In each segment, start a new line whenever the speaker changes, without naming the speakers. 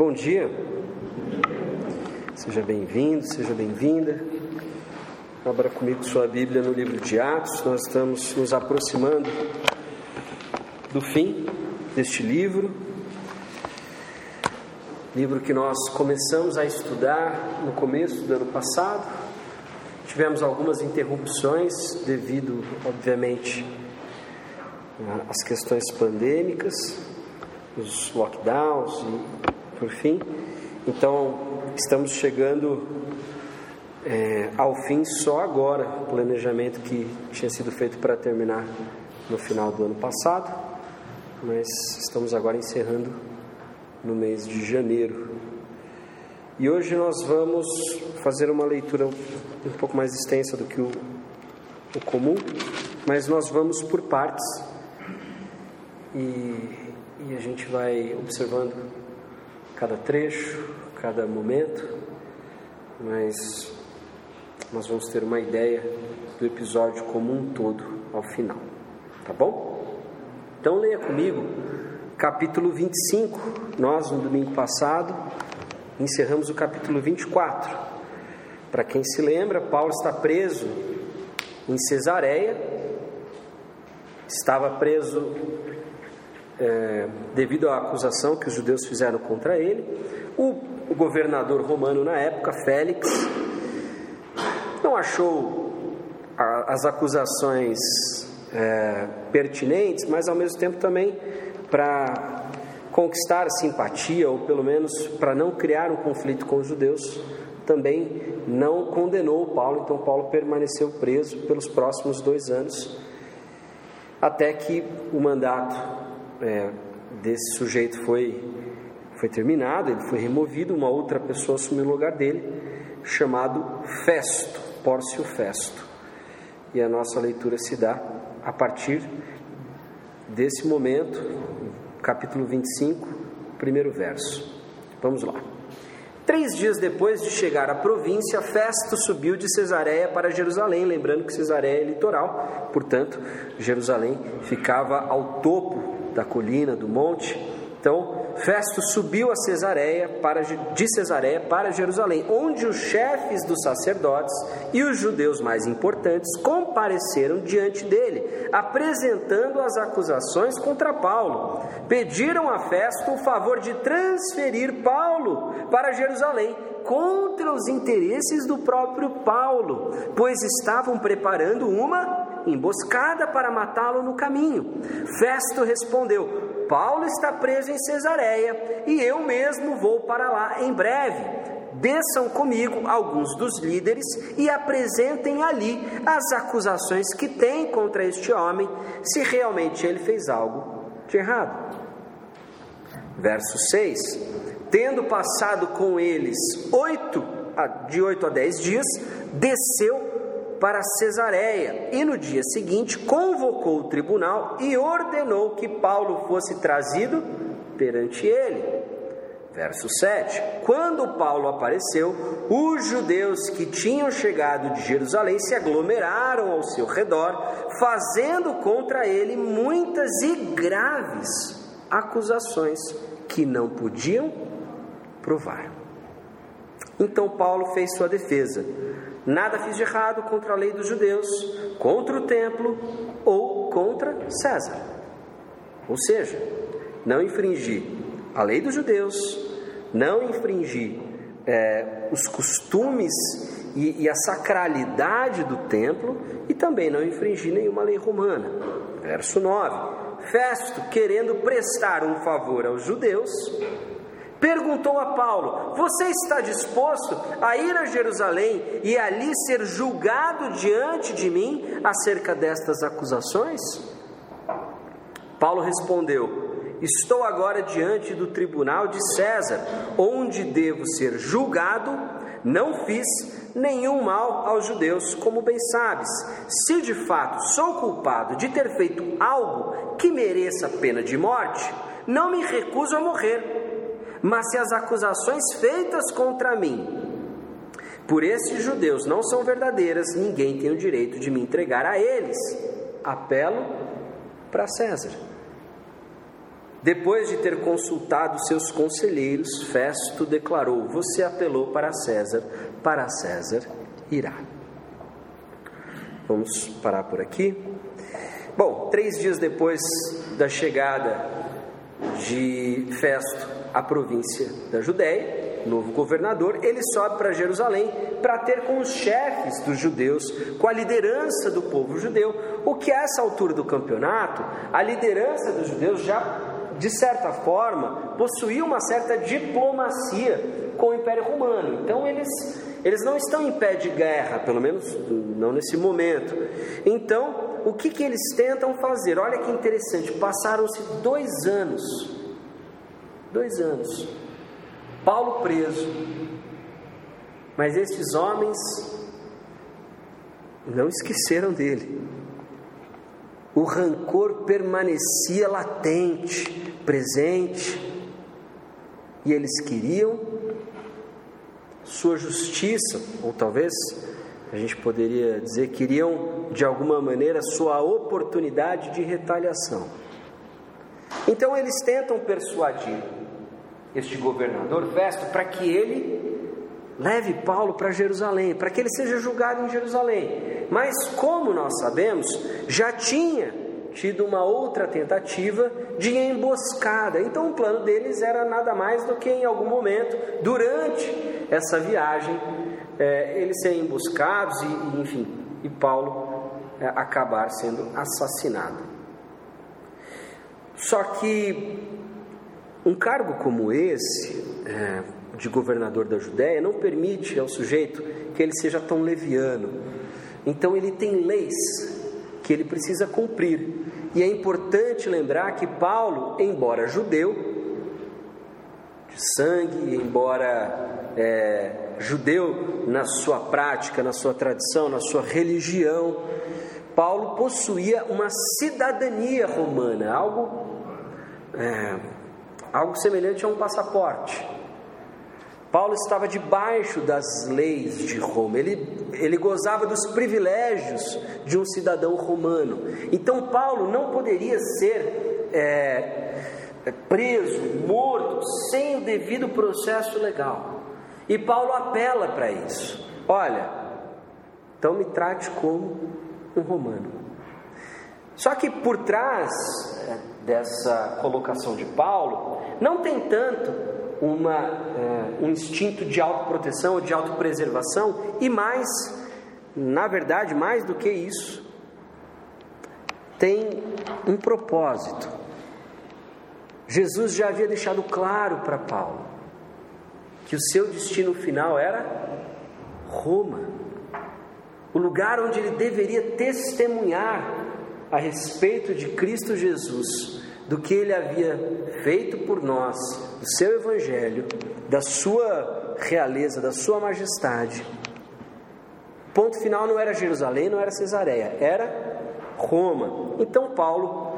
Bom dia, seja bem-vindo, seja bem-vinda. Abra comigo sua Bíblia no livro de Atos. Nós estamos nos aproximando do fim deste livro que nós começamos a estudar no começo do ano passado. Tivemos algumas interrupções devido, obviamente, às questões pandêmicas, os lockdowns e por fim. Então estamos chegando ao fim só agora. O planejamento que tinha sido feito para terminar no final do ano passado, mas estamos agora encerrando no mês de janeiro. E hoje nós vamos fazer uma leitura um pouco mais extensa do que o comum, mas nós vamos por partes e a gente vai observando cada trecho, cada momento, mas nós vamos ter uma ideia do episódio como um todo ao final, tá bom? Então leia comigo capítulo 25. Nós no domingo passado encerramos o capítulo 24. Para quem se lembra, Paulo está preso em Cesareia, estava preso devido à acusação que os judeus fizeram contra ele. O governador romano na época, Félix, não achou as acusações pertinentes, mas ao mesmo tempo também para conquistar simpatia, ou pelo menos para não criar um conflito com os judeus, também não condenou Paulo. Então Paulo permaneceu preso pelos próximos 2 anos, até que o mandato desse sujeito foi terminado, ele foi removido, uma outra pessoa assumiu o lugar dele, chamado Festo, Pórcio Festo. E a nossa leitura se dá a partir desse momento, capítulo 25, primeiro verso. Vamos lá. 3 dias depois de chegar à província, Festo subiu de Cesareia para Jerusalém, lembrando que Cesareia é litoral, portanto, Jerusalém ficava ao topo da colina, do monte. Então, Festo subiu de Cesareia para Jerusalém, onde os chefes dos sacerdotes e os judeus mais importantes compareceram diante dele, apresentando as acusações contra Paulo. Pediram a Festo o favor de transferir Paulo para Jerusalém, contra os interesses do próprio Paulo, pois estavam preparando uma emboscada para matá-lo no caminho. Festo respondeu: Paulo está preso em Cesareia e eu mesmo vou para lá em breve. Desçam comigo alguns dos líderes e apresentem ali as acusações que têm contra este homem, se realmente ele fez algo de errado. Verso 6: Tendo passado com eles de 8 a 10 dias, desceu para Cesareia e no dia seguinte convocou o tribunal e ordenou que Paulo fosse trazido perante ele. Verso 7: Quando Paulo apareceu, os judeus que tinham chegado de Jerusalém se aglomeraram ao seu redor, fazendo contra ele muitas e graves acusações que não podiam provar. Então Paulo fez sua defesa: nada fiz de errado contra a lei dos judeus, contra o templo ou contra César. Ou seja, não infringi a lei dos judeus, não infringi os costumes e a sacralidade do templo, e também não infringi nenhuma lei romana. Verso 9: Festo, querendo prestar um favor aos judeus, perguntou a Paulo: você está disposto a ir a Jerusalém e ali ser julgado diante de mim acerca destas acusações? Paulo respondeu: estou agora diante do tribunal de César, onde devo ser julgado. Não fiz nenhum mal aos judeus, como bem sabes. Se de fato sou culpado de ter feito algo que mereça pena de morte, não me recuso a morrer. Mas se as acusações feitas contra mim por esses judeus não são verdadeiras, ninguém tem o direito de me entregar a eles. Apelo para César. Depois de ter consultado seus conselheiros, Festo declarou: você apelou para César irá. Vamos parar por aqui. Bom, 3 dias depois da chegada de Festo à província da Judéia, novo governador, ele sobe para Jerusalém para ter com os chefes dos judeus, com a liderança do povo judeu, o que a essa altura do campeonato, a liderança dos judeus já, de certa forma, possuía uma certa diplomacia com o Império Romano. Então eles não estão em pé de guerra, pelo menos não nesse momento. Então, o que eles tentam fazer? Olha que interessante, passaram-se 2 anos. 2 anos. Paulo preso. Mas esses homens não esqueceram dele. O rancor permanecia latente, presente, e eles queriam sua justiça, ou talvez a gente poderia dizer, queriam de alguma maneira sua oportunidade de retaliação. Então eles tentam persuadir este governador Festo para que ele leve Paulo para Jerusalém, para que ele seja julgado em Jerusalém. Mas como nós sabemos, já tinha tido uma outra tentativa de emboscada. Então o plano deles era nada mais do que em algum momento, durante essa viagem, eles serem emboscados e Paulo acabar sendo assassinado. Só que um cargo como esse, de governador da Judéia, não permite ao sujeito que ele seja tão leviano. Então ele tem leis que ele precisa cumprir. E é importante lembrar que Paulo, embora judeu de sangue, embora judeu na sua prática, na sua tradição, na sua religião, Paulo possuía uma cidadania romana, algo semelhante a um passaporte. Paulo estava debaixo das leis de Roma, ele gozava dos privilégios de um cidadão romano. Então Paulo não poderia ser preso, morto, sem o devido processo legal. E Paulo apela para isso. Olha, então me trate como um romano. Só que por trás dessa colocação de Paulo, não tem tanto um instinto de autoproteção ou de autopreservação, e mais, na verdade, mais do que isso, tem um propósito. Jesus já havia deixado claro para Paulo que o seu destino final era Roma, o lugar onde ele deveria testemunhar a respeito de Cristo Jesus, do que ele havia feito por nós, do seu evangelho, da sua realeza, da sua majestade. O ponto final não era Jerusalém, não era Cesareia, era Roma. Então Paulo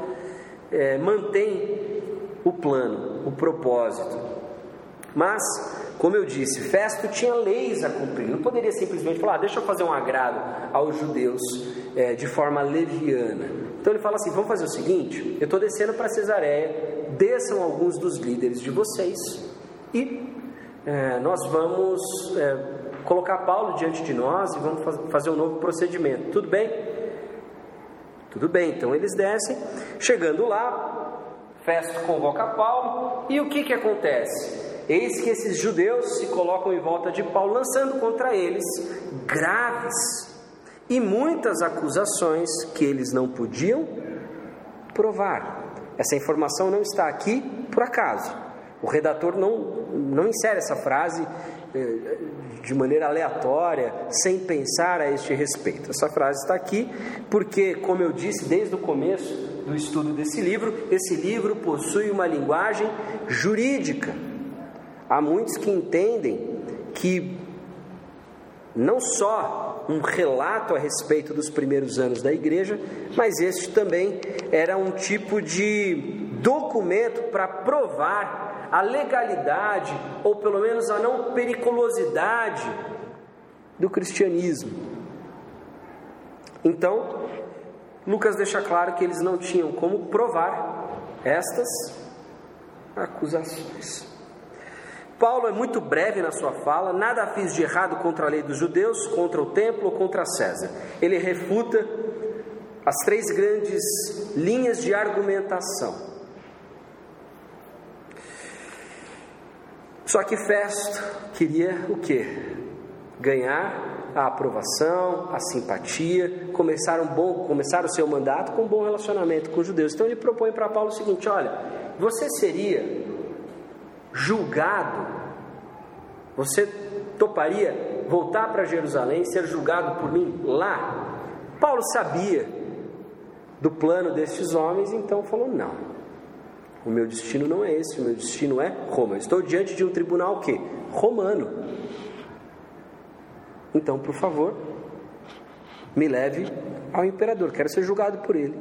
mantém o plano, o propósito. Mas, como eu disse, Festo tinha leis a cumprir. Não poderia simplesmente falar, deixa eu fazer um agrado aos judeus de forma leviana. Então ele fala assim, vamos fazer o seguinte, eu estou descendo para Cesareia, desçam alguns dos líderes de vocês e nós vamos colocar Paulo diante de nós e vamos fazer um novo procedimento. Tudo bem? Tudo bem, então eles descem. Chegando lá, Festo convoca Paulo e o que acontece? Eis que esses judeus se colocam em volta de Paulo, lançando contra eles graves e muitas acusações que eles não podiam provar. Essa informação não está aqui por acaso. O redator não insere essa frase de maneira aleatória, sem pensar a este respeito. Essa frase está aqui porque, como eu disse desde o começo do estudo desse livro, esse livro possui uma linguagem jurídica. Há muitos que entendem que não só um relato a respeito dos primeiros anos da igreja, mas este também era um tipo de documento para provar a legalidade, ou pelo menos a não periculosidade do cristianismo. Então, Lucas deixa claro que eles não tinham como provar estas acusações. Paulo é muito breve na sua fala: nada fiz de errado contra a lei dos judeus, contra o templo ou contra César. Ele refuta as 3 grandes linhas de argumentação. Só que Festo queria o quê? Ganhar a aprovação, a simpatia, começar o seu mandato com um bom relacionamento com os judeus. Então ele propõe para Paulo o seguinte: olha, você seria julgado, você toparia voltar para Jerusalém e ser julgado por mim lá? Paulo sabia do plano destes homens, então falou: não, o meu destino não é esse, o meu destino é Roma. Eu estou diante de um tribunal o quê? Romano. Então, por favor, me leve ao imperador, quero ser julgado por ele.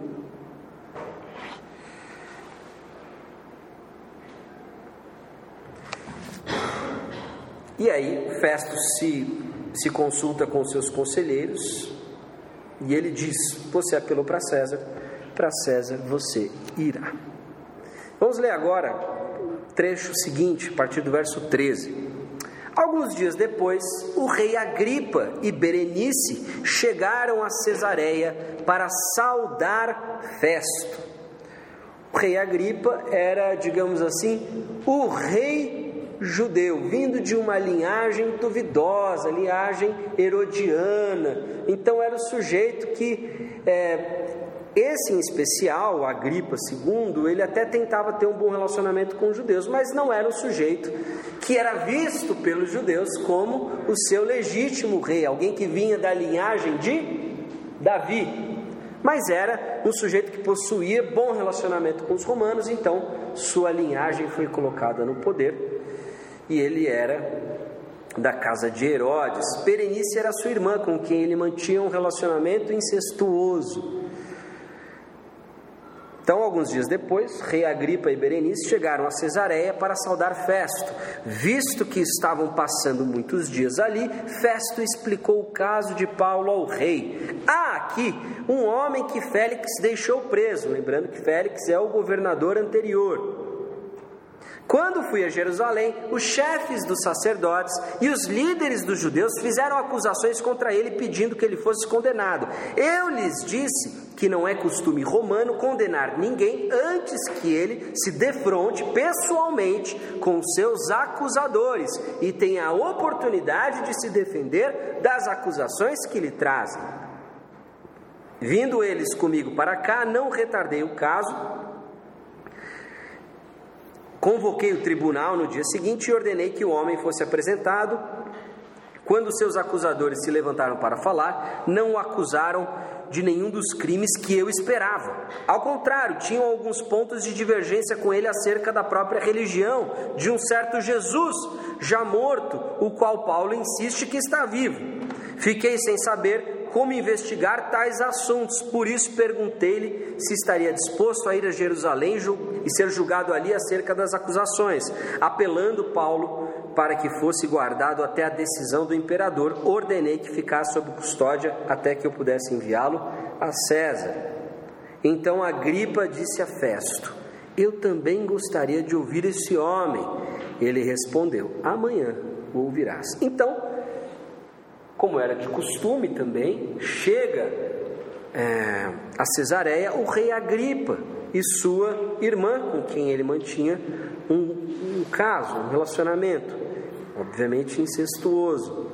E aí Festo se consulta com seus conselheiros e ele diz: você apelou para César você irá. Vamos ler agora o trecho seguinte, a partir do verso 13. Alguns dias depois, o rei Agripa e Berenice chegaram a Cesareia para saudar Festo. O rei Agripa era, digamos assim, o rei judeu, vindo de uma linhagem duvidosa, linhagem herodiana. Então era o sujeito que, esse em especial, Agripa II, ele até tentava ter um bom relacionamento com os judeus, mas não era um sujeito que era visto pelos judeus como o seu legítimo rei, alguém que vinha da linhagem de Davi, mas era um sujeito que possuía bom relacionamento com os romanos. Então sua linhagem foi colocada no poder e ele era da casa de Herodes. Berenice era sua irmã, com quem ele mantinha um relacionamento incestuoso. Então, alguns dias depois, rei Agripa e Berenice chegaram a Cesareia para saudar Festo. Visto que estavam passando muitos dias ali, Festo explicou o caso de Paulo ao rei. Há aqui um homem que Félix deixou preso, lembrando que Félix é o governador anterior. Quando fui a Jerusalém, os chefes dos sacerdotes e os líderes dos judeus fizeram acusações contra ele, pedindo que ele fosse condenado. Eu lhes disse que não é costume romano condenar ninguém antes que ele se defronte pessoalmente com os seus acusadores e tenha a oportunidade de se defender das acusações que lhe trazem. Vindo eles comigo para cá, não retardei o caso. Convoquei o tribunal no dia seguinte e ordenei que o homem fosse apresentado. Quando seus acusadores se levantaram para falar, não o acusaram de nenhum dos crimes que eu esperava. Ao contrário, tinham alguns pontos de divergência com ele acerca da própria religião, de um certo Jesus, já morto, o qual Paulo insiste que está vivo. Fiquei sem saber como investigar tais assuntos, por isso perguntei-lhe se estaria disposto a ir a Jerusalém e ser julgado ali acerca das acusações. Apelando Paulo para que fosse guardado até a decisão do imperador, ordenei que ficasse sob custódia até que eu pudesse enviá-lo a César. Então Agripa disse a Festo: eu também gostaria de ouvir esse homem. Ele respondeu: amanhã o ouvirás. Então, como era de costume também, chega a Cesareia o rei Agripa e sua irmã, com quem ele mantinha um caso, um relacionamento, obviamente incestuoso.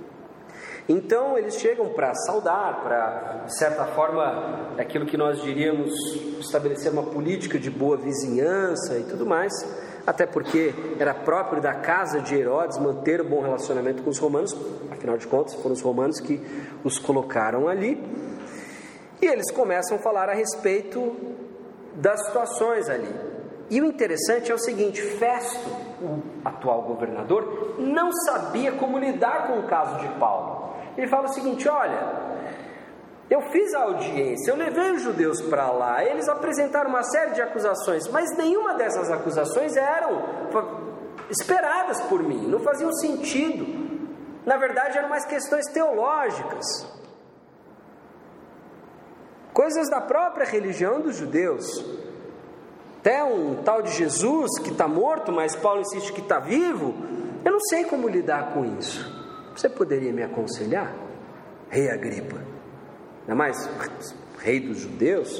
Então eles chegam para saudar, para, de certa forma, aquilo que nós diríamos, estabelecer uma política de boa vizinhança e tudo mais, até porque era próprio da casa de Herodes manter um bom relacionamento com os romanos, afinal de contas foram os romanos que os colocaram ali, e eles começam a falar a respeito das situações ali. E o interessante é o seguinte: Festo, o atual governador, não sabia como lidar com o caso de Paulo. Ele fala o seguinte: olha, eu fiz a audiência, eu levei os judeus para lá, eles apresentaram uma série de acusações, mas nenhuma dessas acusações eram esperadas por mim, não faziam sentido. Na verdade, eram mais questões teológicas, coisas da própria religião dos judeus. até um tal de Jesus que está morto, mas Paulo insiste que está vivo. Eu não sei como lidar com isso. Você poderia me aconselhar, rei Agripa? Ainda mais rei dos judeus?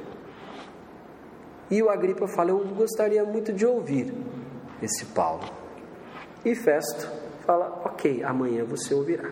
E o Agripa fala: eu gostaria muito de ouvir esse Paulo. E Festo fala: ok, amanhã você ouvirá.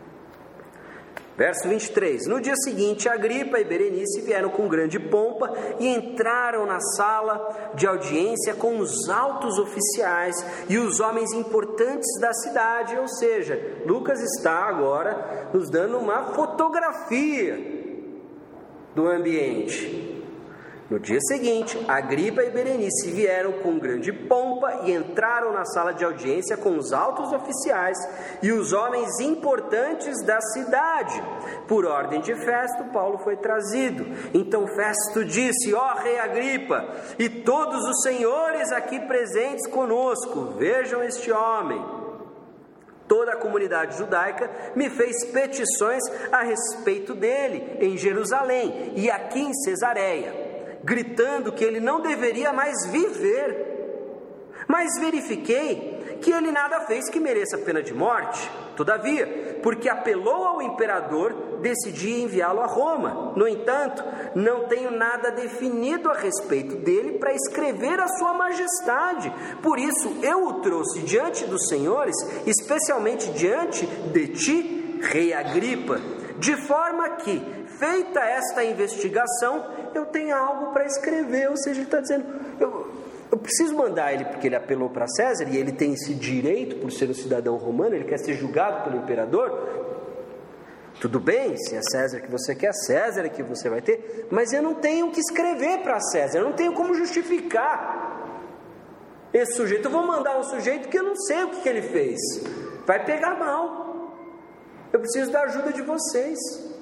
Verso 23: no dia seguinte, Agripa e Berenice vieram com grande pompa e entraram na sala de audiência com os altos oficiais e os homens importantes da cidade. Ou seja, Lucas está agora nos dando uma fotografia do ambiente. No dia seguinte, Agripa e Berenice vieram com grande pompa e entraram na sala de audiência com os altos oficiais e os homens importantes da cidade. Por ordem de Festo, Paulo foi trazido. Então Festo disse: ó rei Agripa e todos os senhores aqui presentes conosco, vejam este homem. Toda a comunidade judaica me fez petições a respeito dele em Jerusalém e aqui em Cesareia, gritando que ele não deveria mais viver. Mas verifiquei que ele nada fez que mereça pena de morte. Todavia, porque apelou ao imperador, decidi enviá-lo a Roma. No entanto, não tenho nada definido a respeito dele para escrever a sua majestade. Por isso, eu o trouxe diante dos senhores, especialmente diante de ti, rei Agripa, de forma que, feita esta investigação, eu tenho algo para escrever. Ou seja, ele está dizendo: eu preciso mandar ele porque ele apelou para César e ele tem esse direito por ser um cidadão romano, ele quer ser julgado pelo imperador. Tudo bem, se é César que você quer, César é que você vai ter, mas eu não tenho o que escrever para César, eu não tenho como justificar esse sujeito. Eu vou mandar um sujeito que eu não sei o que ele fez, vai pegar mal. Eu preciso da ajuda de vocês.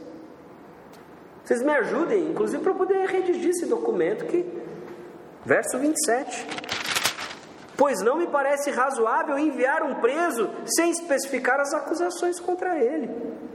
Vocês me ajudem, inclusive, para eu poder redigir esse documento que... Verso 27. Pois não me parece razoável enviar um preso sem especificar as acusações contra ele.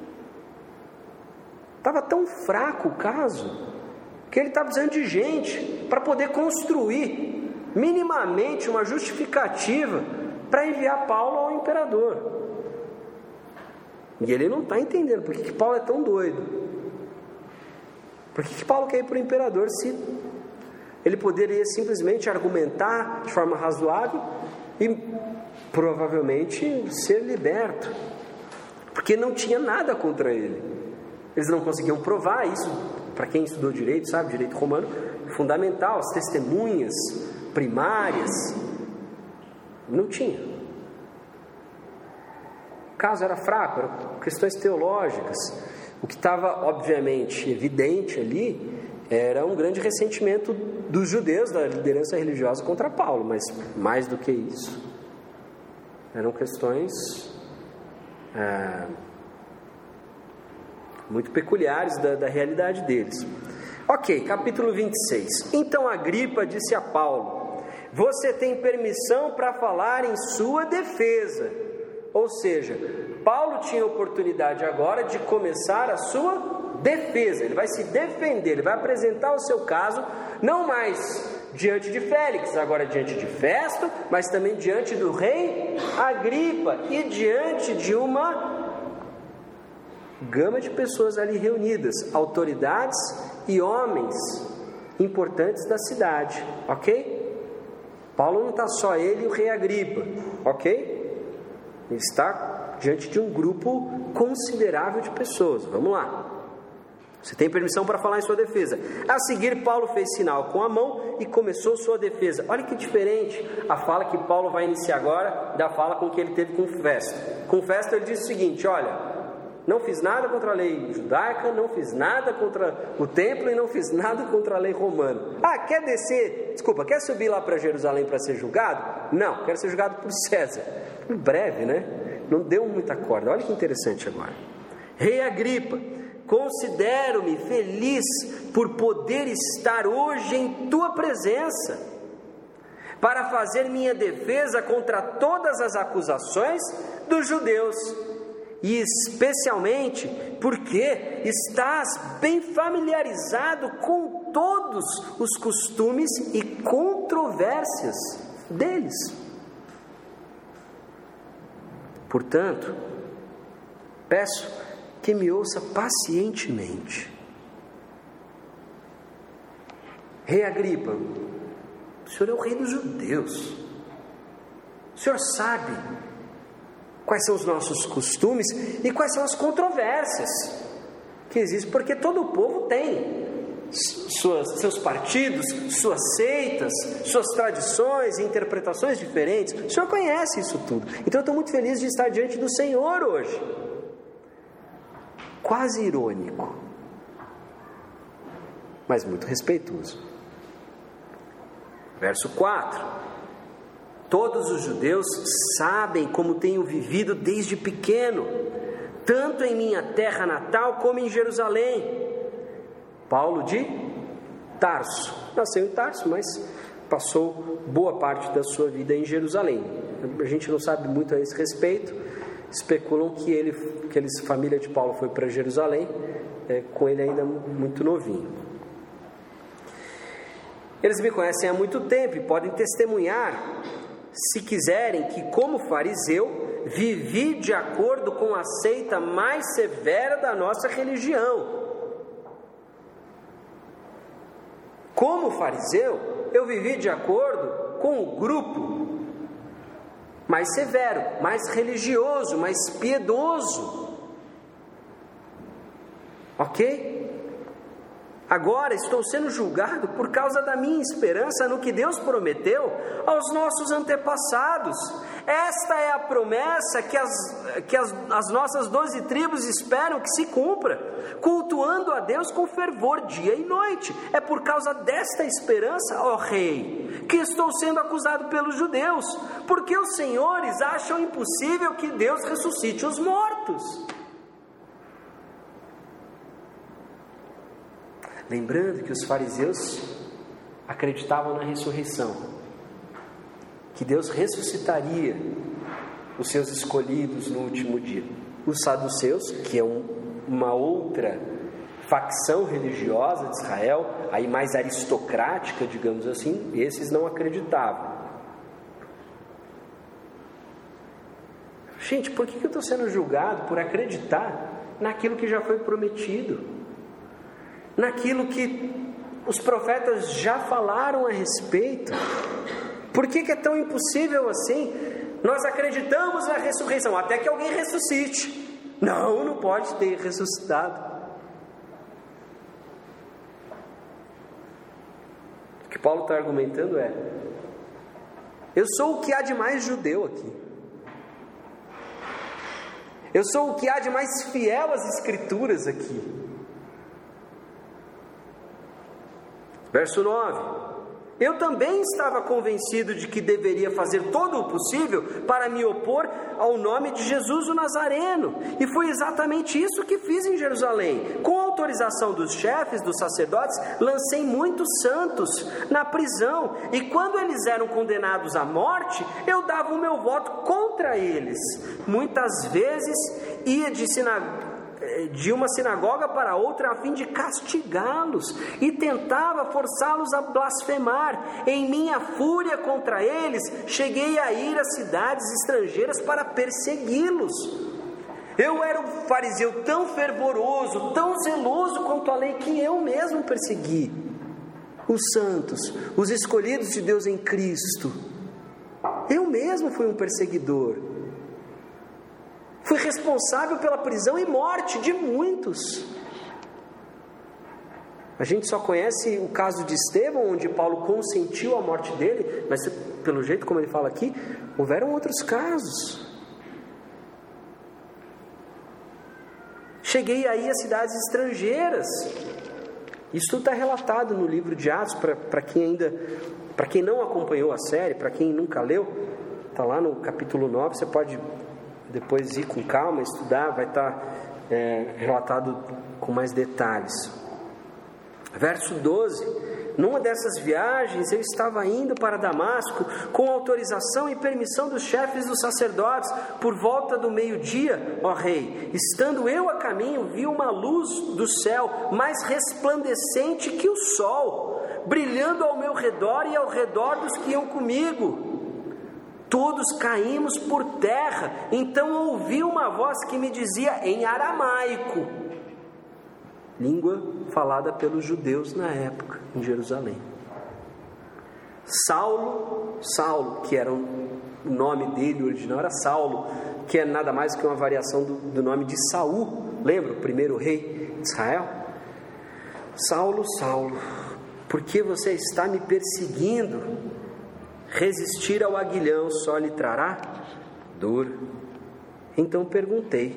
Estava tão fraco o caso que ele estava precisando de gente para poder construir minimamente uma justificativa para enviar Paulo ao imperador. E ele não está entendendo por que Paulo é tão doido. Por que Paulo quer ir para o imperador se ele poderia simplesmente argumentar de forma razoável e provavelmente ser liberto? Porque não tinha nada contra ele. Eles não conseguiam provar isso. Para quem estudou direito, sabe, direito romano, fundamental, as testemunhas primárias. Não tinha. O caso era fraco, eram questões teológicas. O que estava, obviamente, evidente ali era um grande ressentimento dos judeus, da liderança religiosa contra Paulo, mas mais do que isso, eram questões muito peculiares da realidade deles. Ok, capítulo 26. Então Agripa disse a Paulo: você tem permissão para falar em sua defesa. Ou seja, Paulo tinha oportunidade agora de começar a sua defesa. Ele vai se defender, ele vai apresentar o seu caso, não mais diante de Félix, agora diante de Festo, mas também diante do rei Agripa e diante de uma gama de pessoas ali reunidas, autoridades e homens importantes da cidade, ok? Paulo não está só ele e o rei Agripa, ok? Ele está diante de um grupo considerável de pessoas. Vamos lá. Você tem permissão para falar em sua defesa. A seguir, Paulo fez sinal com a mão e começou sua defesa. Olha que diferente a fala que Paulo vai iniciar agora da fala com que ele teve com Festo. Com Festo ele disse o seguinte: olha, não fiz nada contra a lei judaica, não fiz nada contra o templo e não fiz nada contra a lei romana. Quer descer? Desculpa, quer subir lá para Jerusalém para ser julgado? Não, quero ser julgado por César. Em breve, né? Não deu muita corda. Olha que interessante agora. Rei Agripa, considero-me feliz por poder estar hoje em tua presença, para fazer minha defesa contra todas as acusações dos judeus, e especialmente porque estás bem familiarizado com todos os costumes e controvérsias deles. Portanto, peço que me ouça pacientemente. Rei Agripa, o senhor é o rei dos judeus. O senhor sabe quais são os nossos costumes e quais são as controvérsias que existem, porque todo o povo tem seus partidos, suas seitas, suas tradições e interpretações diferentes. O senhor conhece isso tudo. Então eu estou muito feliz de estar diante do Senhor hoje. Quase irônico, mas muito respeitoso. Verso 4: todos os judeus sabem como tenho vivido desde pequeno, tanto em minha terra natal como em Jerusalém. Paulo de Tarso, nasceu em Tarso, mas passou boa parte da sua vida em Jerusalém. A gente não sabe muito a esse respeito. Especulam que a família de Paulo foi para Jerusalém, com ele ainda muito novinho. Eles me conhecem há muito tempo e podem testemunhar, se quiserem, que como fariseu vivi de acordo com a seita mais severa da nossa religião. Como fariseu, eu vivi de acordo com o grupo mais severo, mais religioso, mais piedoso. Ok? Agora estou sendo julgado por causa da minha esperança no que Deus prometeu aos nossos antepassados. Esta é a promessa que as nossas 12 tribos esperam que se cumpra, cultuando a Deus com fervor dia e noite. É por causa desta esperança, ó rei, que estou sendo acusado pelos judeus, porque os senhores acham impossível que Deus ressuscite os mortos. Lembrando que os fariseus acreditavam na ressurreição, que Deus ressuscitaria os seus escolhidos no último dia. Os saduceus, que é uma outra facção religiosa de Israel, aí mais aristocrática, digamos assim, esses não acreditavam. Gente, por que eu estou sendo julgado por acreditar naquilo que já foi prometido? Naquilo que os profetas já falaram a respeito? Por que é tão impossível assim? Nós acreditamos na ressurreição, até que alguém ressuscite. Não pode ter ressuscitado. O que Paulo está argumentando é: eu sou o que há de mais judeu aqui. Eu sou o que há de mais fiel às Escrituras aqui. Verso 9: eu também estava convencido de que deveria fazer todo o possível para me opor ao nome de Jesus o Nazareno, e foi exatamente isso que fiz em Jerusalém. Com a autorização dos chefes, dos sacerdotes, lancei muitos santos na prisão, e quando eles eram condenados à morte, eu dava o meu voto contra eles. Muitas vezes ia de uma sinagoga para outra a fim de castigá-los, e tentava forçá-los a blasfemar. Em minha fúria contra eles, cheguei a ir a cidades estrangeiras para persegui-los. Eu era um fariseu tão fervoroso, tão zeloso quanto a lei, que eu mesmo persegui os santos, os escolhidos de Deus em Cristo. Eu mesmo fui um perseguidor. Fui responsável pela prisão e morte de muitos. A gente só conhece o caso de Estevão, onde Paulo consentiu a morte dele, mas pelo jeito como ele fala aqui, houveram outros casos. Cheguei aí a cidades estrangeiras. Isso tudo está relatado no livro de Atos, para quem não acompanhou a série, para quem nunca leu, está lá no capítulo 9, você pode depois ir com calma, estudar, vai estar relatado com mais detalhes. Verso 12: Numa dessas viagens eu estava indo para Damasco com autorização e permissão dos chefes dos sacerdotes. Por volta do meio-dia, ó rei, estando eu a caminho, vi uma luz do céu mais resplandecente que o sol, brilhando ao meu redor e ao redor dos que iam comigo. Todos caímos por terra. Então ouvi uma voz que me dizia em aramaico, língua falada pelos judeus na época, em Jerusalém: Saulo, Saulo, que era o nome dele original, era Saulo, que é nada mais que uma variação do nome de Saul, lembra? O primeiro rei de Israel. Saulo, Saulo, por que você está me perseguindo? Resistir ao aguilhão só lhe trará dor. Então perguntei: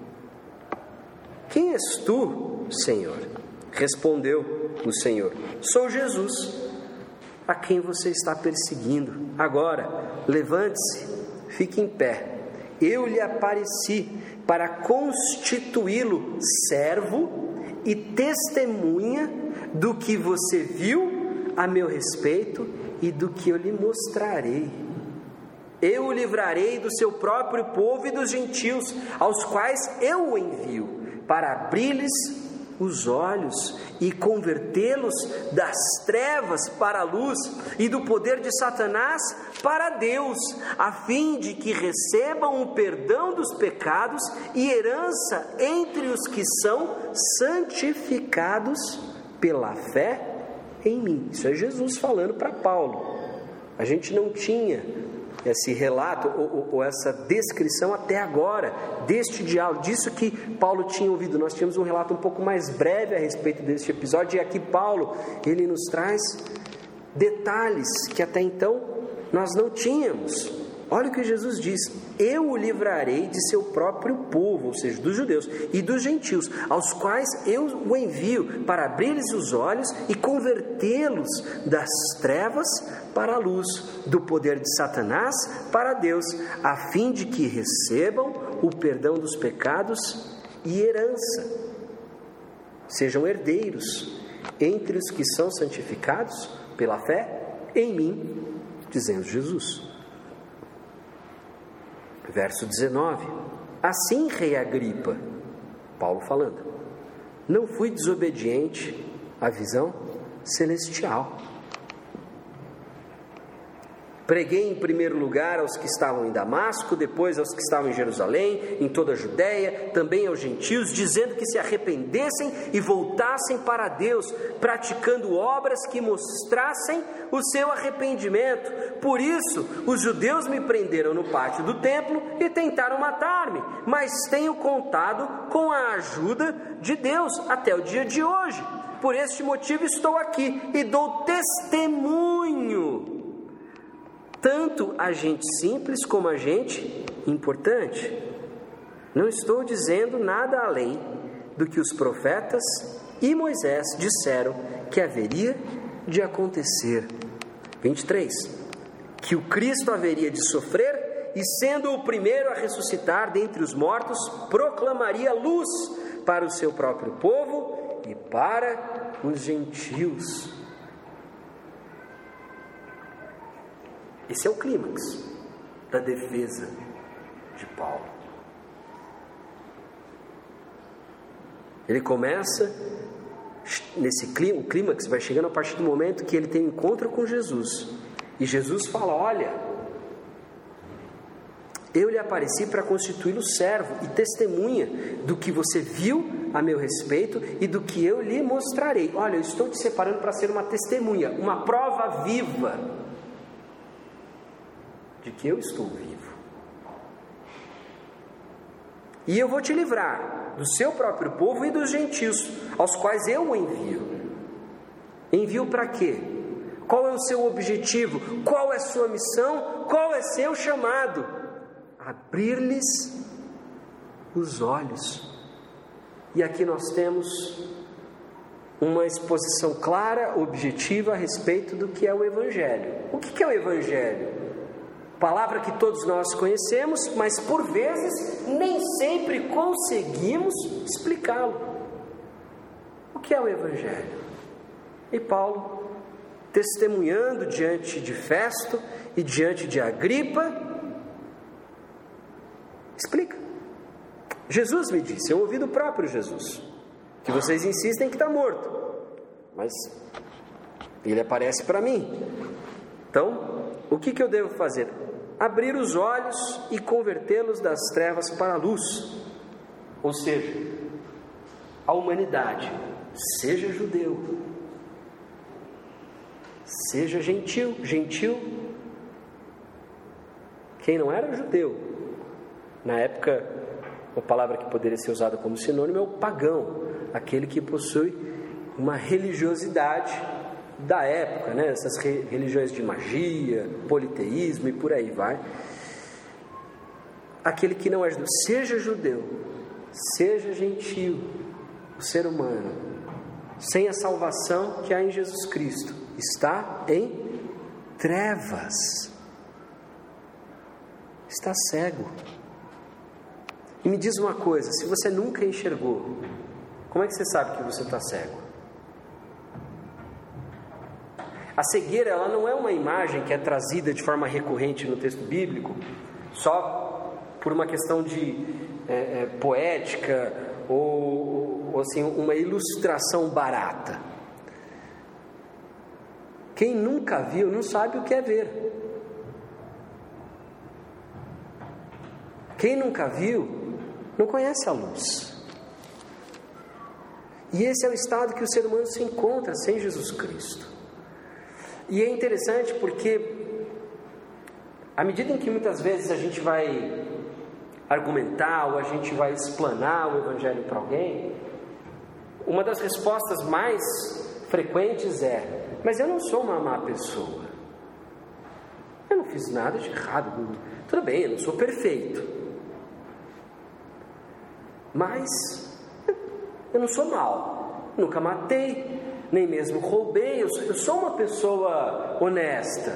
quem és tu, Senhor? Respondeu o Senhor: sou Jesus, a quem você está perseguindo. Agora, levante-se, fique em pé. Eu lhe apareci para constituí-lo servo e testemunha do que você viu a meu respeito e do que eu lhe mostrarei. Eu o livrarei do seu próprio povo e dos gentios, aos quais eu o envio, para abrir-lhes os olhos e convertê-los das trevas para a luz e do poder de Satanás para Deus, a fim de que recebam o perdão dos pecados e herança entre os que são santificados pela fé em mim. Isso é Jesus falando para Paulo. A gente não tinha esse relato ou essa descrição até agora deste diálogo, disso que Paulo tinha ouvido. Nós tínhamos um relato um pouco mais breve a respeito deste episódio, e aqui Paulo, ele nos traz detalhes que até então nós não tínhamos. Olha o que Jesus diz: eu o livrarei de seu próprio povo, ou seja, dos judeus e dos gentios, aos quais eu o envio, para abrir-lhes os olhos e convertê-los das trevas para a luz, do poder de Satanás para Deus, a fim de que recebam o perdão dos pecados e herança, sejam herdeiros entre os que são santificados pela fé em mim, dizendo Jesus. Verso 19: assim, rei Agripa, Paulo falando, não fui desobediente à visão celestial. Preguei em primeiro lugar aos que estavam em Damasco, depois aos que estavam em Jerusalém, em toda a Judéia, também aos gentios, dizendo que se arrependessem e voltassem para Deus, praticando obras que mostrassem o seu arrependimento. Por isso, os judeus me prenderam no pátio do templo e tentaram matar-me, mas tenho contado com a ajuda de Deus até o dia de hoje. Por este motivo estou aqui e dou testemunho, tanto a gente simples como a gente importante. Não estou dizendo nada além do que os profetas e Moisés disseram que haveria de acontecer. 23. Que o Cristo haveria de sofrer e, sendo o primeiro a ressuscitar dentre os mortos, proclamaria luz para o seu próprio povo e para os gentios. Esse é o clímax da defesa de Paulo. Ele começa nesse o clímax vai chegando a partir do momento que ele tem um encontro com Jesus. E Jesus fala: olha, eu lhe apareci para constituí-lo servo e testemunha do que você viu a meu respeito e do que eu lhe mostrarei. Olha, eu estou te separando para ser uma testemunha, uma prova viva de que eu estou vivo. E eu vou te livrar do seu próprio povo e dos gentios, aos quais eu o envio. Envio para quê? Qual é o seu objetivo? Qual é a sua missão? Qual é seu chamado? Abrir-lhes os olhos. E aqui nós temos uma exposição clara, objetiva a respeito do que é o Evangelho. O que é o Evangelho? Palavra que todos nós conhecemos, mas por vezes nem sempre conseguimos explicá-lo. O que é o Evangelho? E Paulo testemunhando diante de Festo e diante de Agripa. Explica. Jesus me disse, eu ouvi do próprio Jesus, que vocês insistem que está morto, mas ele aparece para mim. Então, o que eu devo fazer? Abrir os olhos e convertê-los das trevas para a luz. Ou seja, a humanidade, seja judeu, seja gentil, quem não era judeu, na época, a palavra que poderia ser usada como sinônimo é o pagão, aquele que possui uma religiosidade da época, né? Essas religiões de magia, politeísmo e por aí vai. Aquele que não é judeu, seja gentil, o ser humano, sem a salvação que há em Jesus Cristo, está em trevas, está cego. E me diz uma coisa, se você nunca enxergou, como é que você sabe que você está cego? A cegueira, ela não é uma imagem que é trazida de forma recorrente no texto bíblico, só por uma questão de poética ou assim, uma ilustração barata. Quem nunca viu não sabe o que é ver. Quem nunca viu não conhece a luz. E esse é o estado que o ser humano se encontra sem Jesus Cristo. E é interessante porque, à medida em que muitas vezes a gente vai argumentar ou a gente vai explanar o Evangelho para alguém, uma das respostas mais frequentes é: mas eu não sou uma má pessoa, eu não fiz nada de errado, tudo bem, eu não sou perfeito, mas eu não sou mau, nunca matei, nem mesmo roubei, eu sou uma pessoa honesta,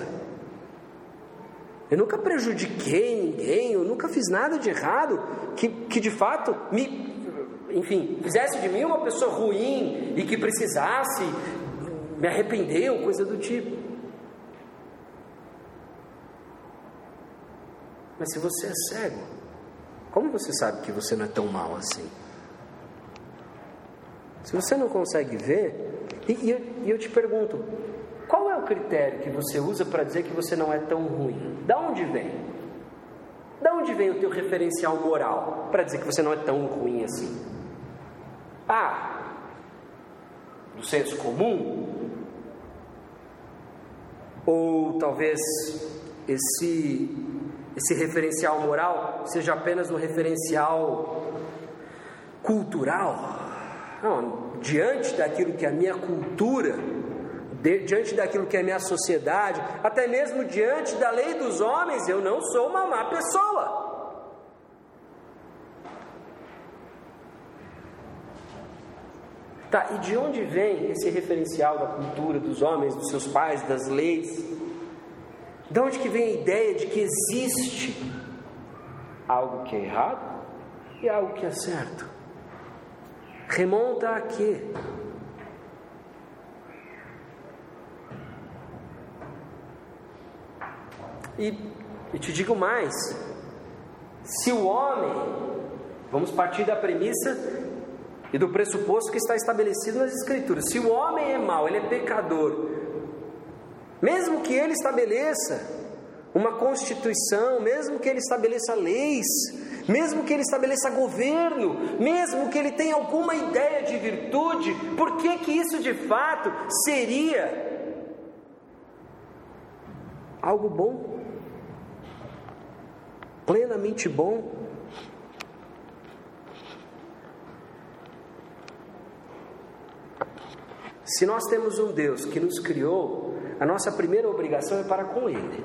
eu nunca prejudiquei ninguém, eu nunca fiz nada de errado que de fato fizesse de mim uma pessoa ruim e que precisasse me arrepender ou coisa do tipo. Mas se você é cego, como você sabe que você não é tão mal assim? Se você não consegue ver, e eu te pergunto, qual é o critério que você usa para dizer que você não é tão ruim? Da onde vem? Da onde vem o teu referencial moral para dizer que você não é tão ruim assim? Do senso comum? Ou talvez esse referencial moral seja apenas um referencial cultural? Não, diante daquilo que é a minha cultura, diante daquilo que é a minha sociedade, até mesmo diante da lei dos homens, eu não sou uma má pessoa. Tá, e de onde vem esse referencial da cultura, dos homens, dos seus pais, das leis? De onde que vem a ideia de que existe algo que é errado e algo que é certo? Remonta a quê? E te digo mais, se o homem, vamos partir da premissa e do pressuposto que está estabelecido nas Escrituras, se o homem é mau, ele é pecador, mesmo que ele estabeleça uma constituição, mesmo que ele estabeleça leis, mesmo que ele estabeleça governo, mesmo que ele tenha alguma ideia de virtude, por que isso de fato seria algo bom? Plenamente bom? Se nós temos um Deus que nos criou, a nossa primeira obrigação é para com Ele.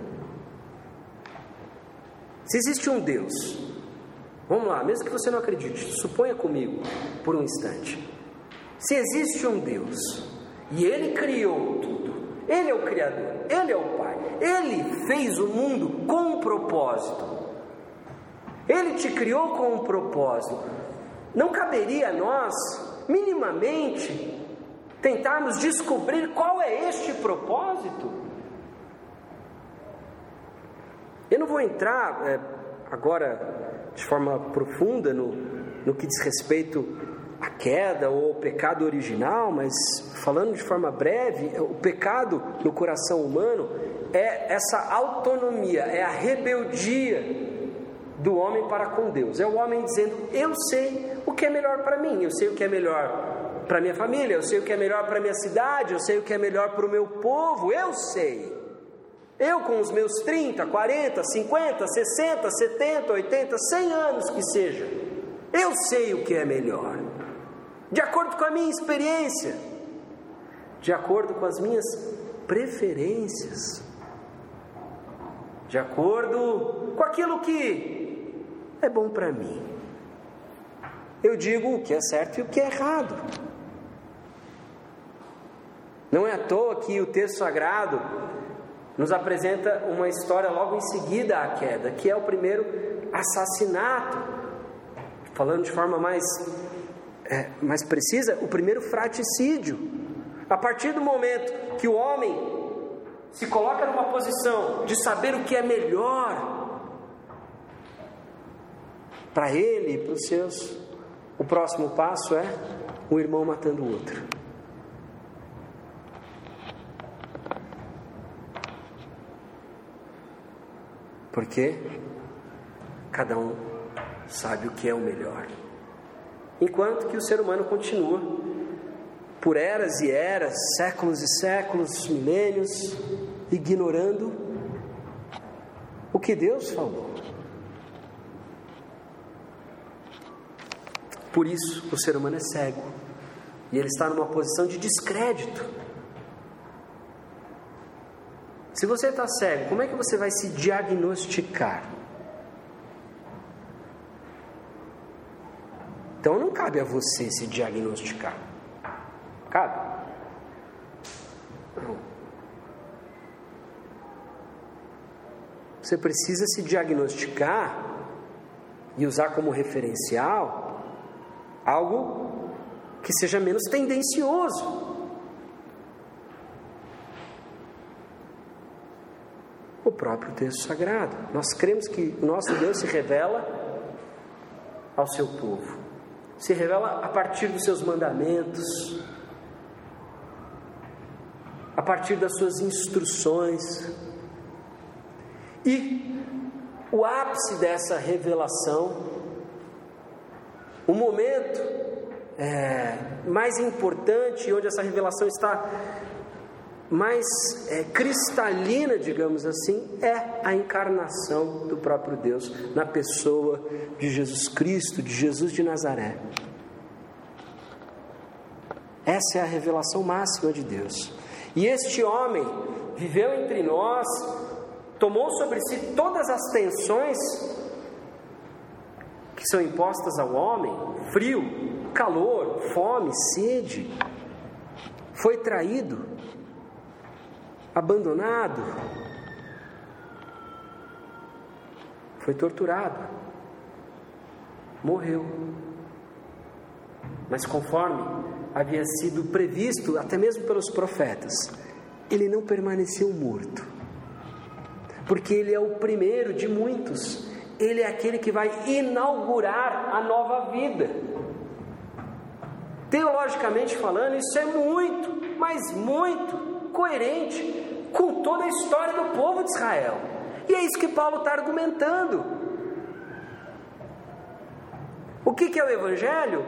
Se existe um Deus, vamos lá, mesmo que você não acredite, suponha comigo por um instante. Se existe um Deus e Ele criou tudo, Ele é o Criador, Ele é o Pai, Ele fez o mundo com um propósito, Ele te criou com um propósito, não caberia a nós, minimamente, tentarmos descobrir qual é este propósito. Eu não vou entrar agora de forma profunda no que diz respeito à queda ou ao pecado original, mas falando de forma breve, o pecado no coração humano é essa autonomia, é a rebeldia do homem para com Deus. É o homem dizendo: eu sei o que é melhor para mim, eu sei o que é melhor para minha família, eu sei o que é melhor para minha cidade, eu sei o que é melhor para o meu povo, eu sei. Eu com os meus 30, 40, 50, 60, 70, 80, 100 anos que seja, eu sei o que é melhor, de acordo com a minha experiência, de acordo com as minhas preferências, de acordo com aquilo que é bom para mim. Eu digo o que é certo e o que é errado. Não é à toa que o texto sagrado nos apresenta uma história logo em seguida à queda, que é o primeiro assassinato, falando de forma mais precisa, o primeiro fratricídio. A partir do momento que o homem se coloca numa posição de saber o que é melhor para ele e para os seus, o próximo passo é um irmão matando o outro. Porque cada um sabe o que é o melhor. Enquanto que o ser humano continua por eras e eras, séculos e séculos, milênios, ignorando o que Deus falou. Por isso o ser humano é cego e ele está numa posição de descrédito. Se você está cego, como é que você vai se diagnosticar? Então não cabe a você se diagnosticar. Cabe? Não. Você precisa se diagnosticar e usar como referencial algo que seja menos tendencioso. O próprio texto sagrado. Nós cremos que o nosso Deus se revela ao seu povo, se revela a partir dos seus mandamentos, a partir das suas instruções. E o ápice dessa revelação, o momento mais importante, onde essa revelação está mais cristalina, digamos assim, é a encarnação do próprio Deus na pessoa de Jesus Cristo, de Jesus de Nazaré. Essa é a revelação máxima de Deus. E este homem viveu entre nós, tomou sobre si todas as tensões que são impostas ao homem: frio, calor, fome, sede. Foi traído, abandonado, foi torturado, morreu. Mas conforme havia sido previsto, até mesmo pelos profetas, ele não permaneceu morto, porque ele é o primeiro de muitos. Ele é aquele que vai inaugurar a nova vida. Teologicamente falando, isso é muito, mas muito coerente com toda a história do povo de Israel. E é isso que Paulo está argumentando. O que é o Evangelho?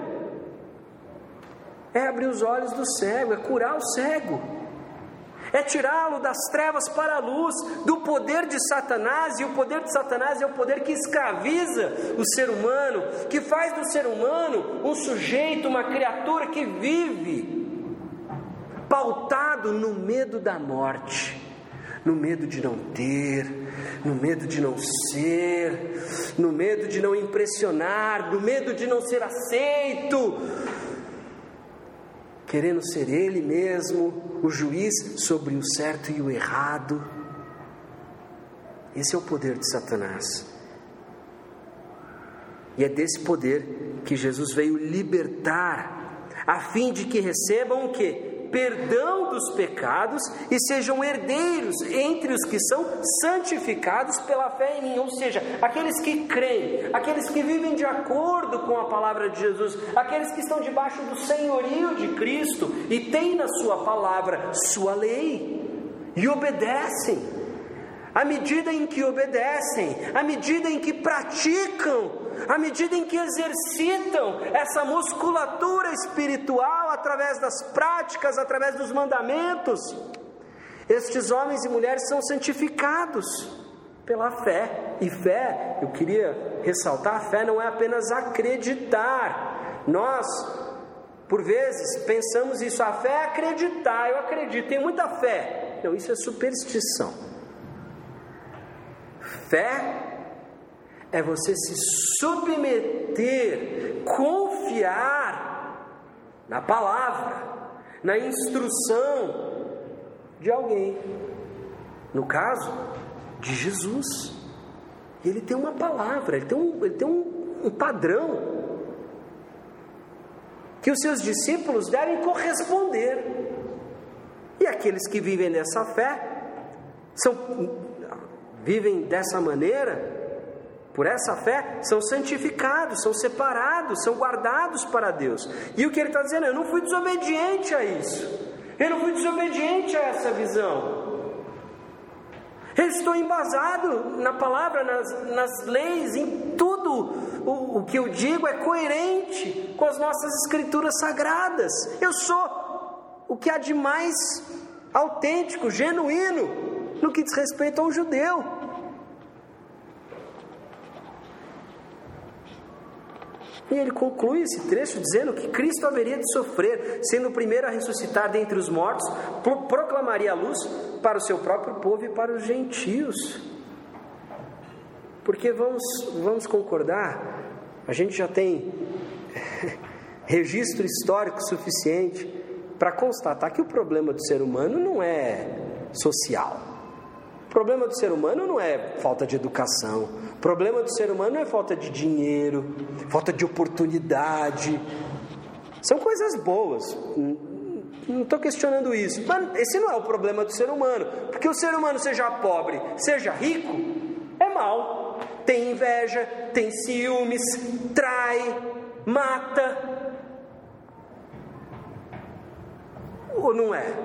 É abrir os olhos do cego, é curar o cego, é tirá-lo das trevas para a luz, do poder de Satanás. E o poder de Satanás é o poder que escraviza o ser humano, que faz do ser humano um sujeito, uma criatura que vive pautado no medo da morte, no medo de não ter, no medo de não ser, no medo de não impressionar, no medo de não ser aceito, querendo ser ele mesmo o juiz sobre o certo e o errado. Esse é o poder de Satanás. E é desse poder que Jesus veio libertar, a fim de que recebam o quê? perdão dos pecados e sejam herdeiros entre os que são santificados pela fé em mim. Ou seja, aqueles que creem, aqueles que vivem de acordo com a palavra de Jesus, aqueles que estão debaixo do senhorio de Cristo e têm na sua palavra sua lei e obedecem. À medida em que obedecem, à medida em que praticam, à medida em que exercitam essa musculatura espiritual através das práticas, através dos mandamentos, estes homens e mulheres são santificados pela fé. E fé, eu queria ressaltar, a fé não é apenas acreditar. Nós, por vezes, pensamos isso, a fé é acreditar, eu acredito, tenho muita fé. Não, isso é superstição. Fé é você se submeter, confiar na palavra, na instrução de alguém. No caso de Jesus, ele tem uma palavra, ele tem um padrão que os seus discípulos devem corresponder. E aqueles que vivem nessa fé vivem dessa maneira, por essa fé, são santificados, são separados, são guardados para Deus. E o que ele está dizendo, eu não fui desobediente a isso, eu não fui desobediente a essa visão, eu estou embasado na palavra, nas leis, em tudo o que eu digo é coerente com as nossas escrituras sagradas. Eu sou o que há de mais autêntico, genuíno no que diz respeito ao judeu. E ele conclui esse trecho dizendo que Cristo haveria de sofrer, sendo o primeiro a ressuscitar dentre os mortos, proclamaria a luz para o seu próprio povo e para os gentios. Porque vamos concordar, a gente já tem registro histórico suficiente para constatar que o problema do ser humano não é social. O problema do ser humano não é falta de educação. O problema do ser humano não é falta de dinheiro, falta de oportunidade. São coisas boas. Não estou questionando isso. Mas esse não é o problema do ser humano. Porque o ser humano, seja pobre, seja rico, é mau. Tem inveja, tem ciúmes, trai, mata. Ou não é?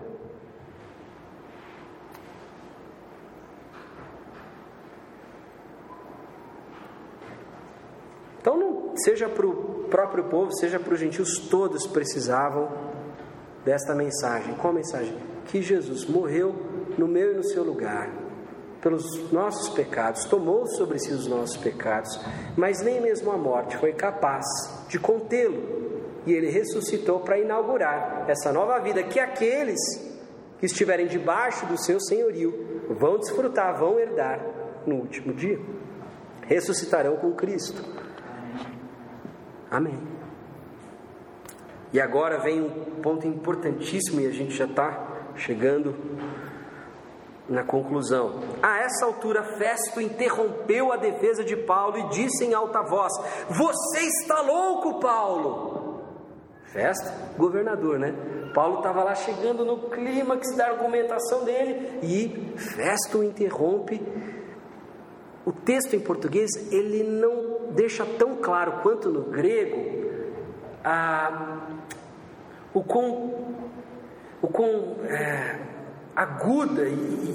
Então, não, seja para o próprio povo, seja para os gentios, todos precisavam desta mensagem. Qual mensagem? Que Jesus morreu no meu e no seu lugar, pelos nossos pecados, tomou sobre si os nossos pecados, mas nem mesmo a morte foi capaz de contê-lo. E ele ressuscitou para inaugurar essa nova vida que aqueles que estiverem debaixo do seu senhorio vão desfrutar, vão herdar no último dia. Ressuscitarão com Cristo. Amém. E agora vem um ponto importantíssimo e a gente já está chegando na conclusão. A essa altura, Festo interrompeu a defesa de Paulo e disse em alta voz: "Você está louco, Paulo!" Festo, governador, né? Paulo estava lá chegando no clímax da argumentação dele e Festo o interrompe. O texto em português, ele não deixa tão claro quanto no grego o quão aguda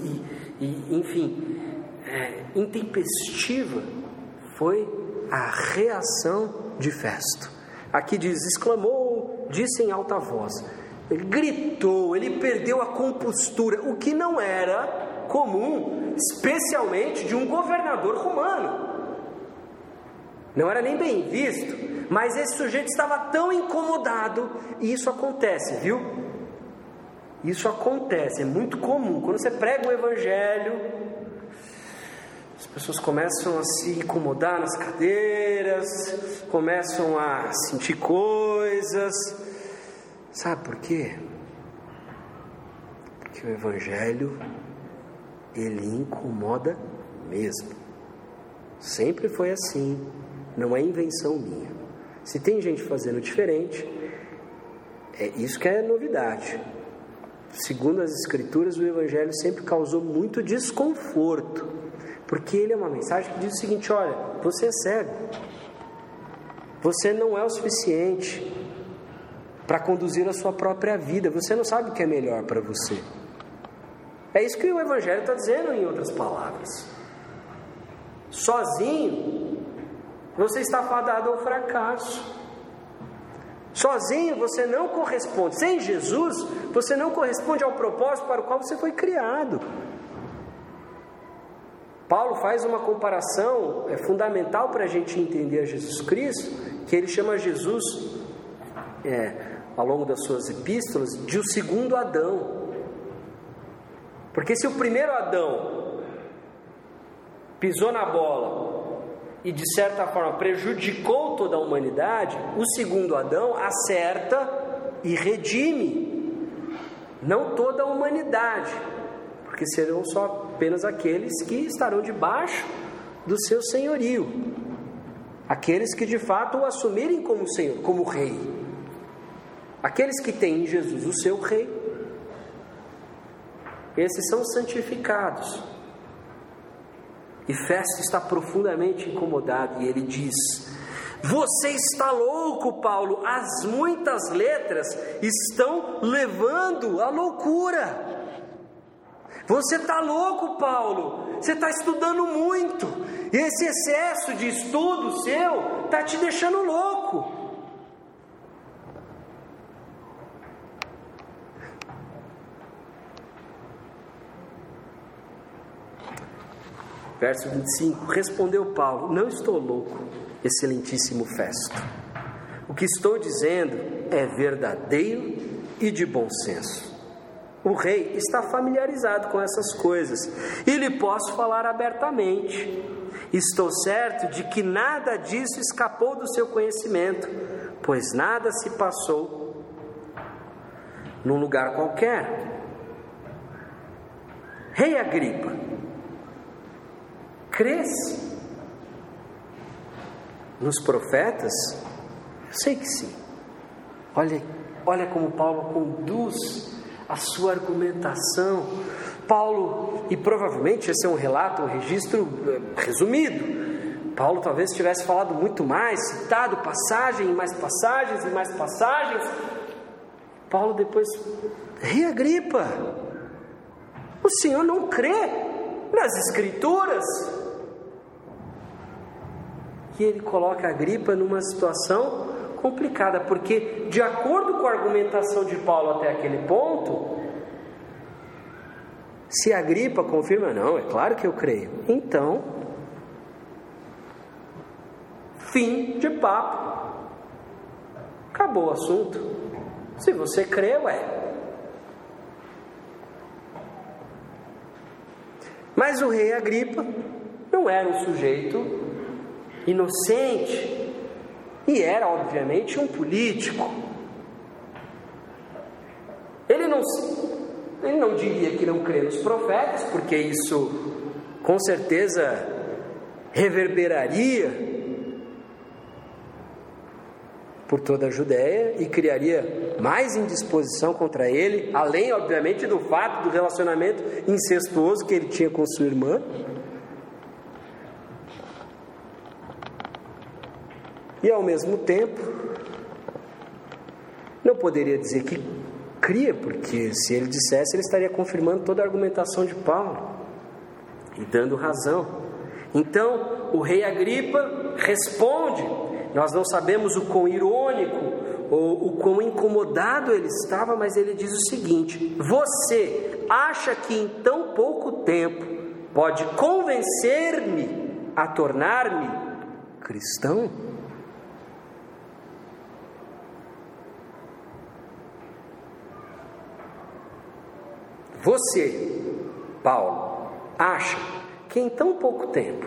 intempestiva foi a reação de Festo. Aqui diz, exclamou, disse em alta voz. Ele gritou, ele perdeu a compostura, o que não era comum, especialmente de um governador romano. Não era nem bem visto, mas esse sujeito estava tão incomodado, e isso acontece, viu? Isso acontece, é muito comum. Quando você prega o evangelho, as pessoas começam a se incomodar nas cadeiras, começam a sentir coisas. Sabe por quê? Porque o evangelho, ele incomoda mesmo. Sempre foi assim, não é invenção minha. Se tem gente fazendo diferente, É isso que é novidade. Segundo as Escrituras, o Evangelho sempre causou muito desconforto, porque ele é uma mensagem que diz o seguinte: olha, você é cego, você não é o suficiente para conduzir a sua própria vida, você não sabe o que é melhor para você. É isso que o Evangelho está dizendo, em outras palavras. Sozinho, você está fadado ao fracasso. Sozinho você não corresponde. Sem Jesus, você não corresponde ao propósito para o qual você foi criado. Paulo faz uma comparação fundamental para a gente entender a Jesus Cristo, que ele chama Jesus, ao longo das suas epístolas, de o segundo Adão. Porque se o primeiro Adão pisou na bola e de certa forma prejudicou toda a humanidade, o segundo Adão acerta e redime não toda a humanidade, porque serão só apenas aqueles que estarão debaixo do seu senhorio, aqueles que de fato o assumirem como Senhor, como Rei, aqueles que têm em Jesus o seu Rei. Esses são santificados. E Festo está profundamente incomodado, e ele diz: você está louco, Paulo, as muitas letras estão levando à loucura. Você está louco, Paulo, você está estudando muito, e esse excesso de estudo seu está te deixando louco. Verso 25, respondeu Paulo: não estou louco, excelentíssimo Festo. O que estou dizendo é verdadeiro e de bom senso. O rei está familiarizado com essas coisas e lhe posso falar abertamente. Estou certo de que nada disso escapou do seu conhecimento, pois nada se passou num lugar qualquer. Rei Agripa, crês nos profetas? Eu sei que sim. Olha como Paulo conduz a sua argumentação. Paulo, e provavelmente esse é um relato, um registro resumido. Paulo talvez tivesse falado muito mais, citado passagem, e mais passagens, e mais passagens. Paulo depois: Rei Agripa, o senhor não crê nas Escrituras? E ele coloca Agripa numa situação complicada, porque de acordo com a argumentação de Paulo até aquele ponto, se Agripa confirma: não, é claro que eu creio, então, fim de papo, acabou o assunto. Se você crê, Mas o rei Agripa não era um sujeito inocente, e era obviamente um político. Ele não diria que não crê nos profetas, porque isso com certeza reverberaria por toda a Judéia e criaria mais indisposição contra ele, além obviamente do fato do relacionamento incestuoso que ele tinha com sua irmã. E ao mesmo tempo não poderia dizer que cria, porque se ele dissesse, ele estaria confirmando toda a argumentação de Paulo e dando razão. Então o rei Agripa responde. Nós não sabemos o quão irônico ou o quão incomodado ele estava, mas ele diz o seguinte: você acha que em tão pouco tempo pode convencer-me a tornar-me cristão? Você, Paulo, acha que em tão pouco tempo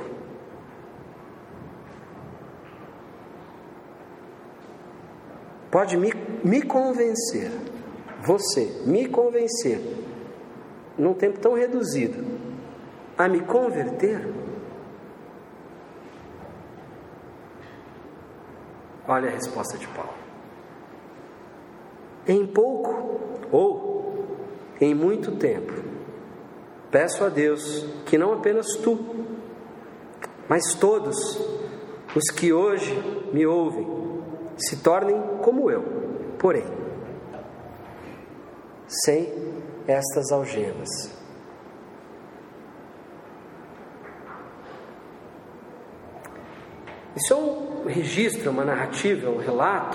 pode me convencer, você me convencer, num tempo tão reduzido, a me converter? Olha a resposta de Paulo. em pouco ou em muito tempo, peço a Deus que não apenas tu, mas todos os que hoje me ouvem se tornem como eu, porém, sem estas algemas. Isso é um registro, uma narrativa, um relato.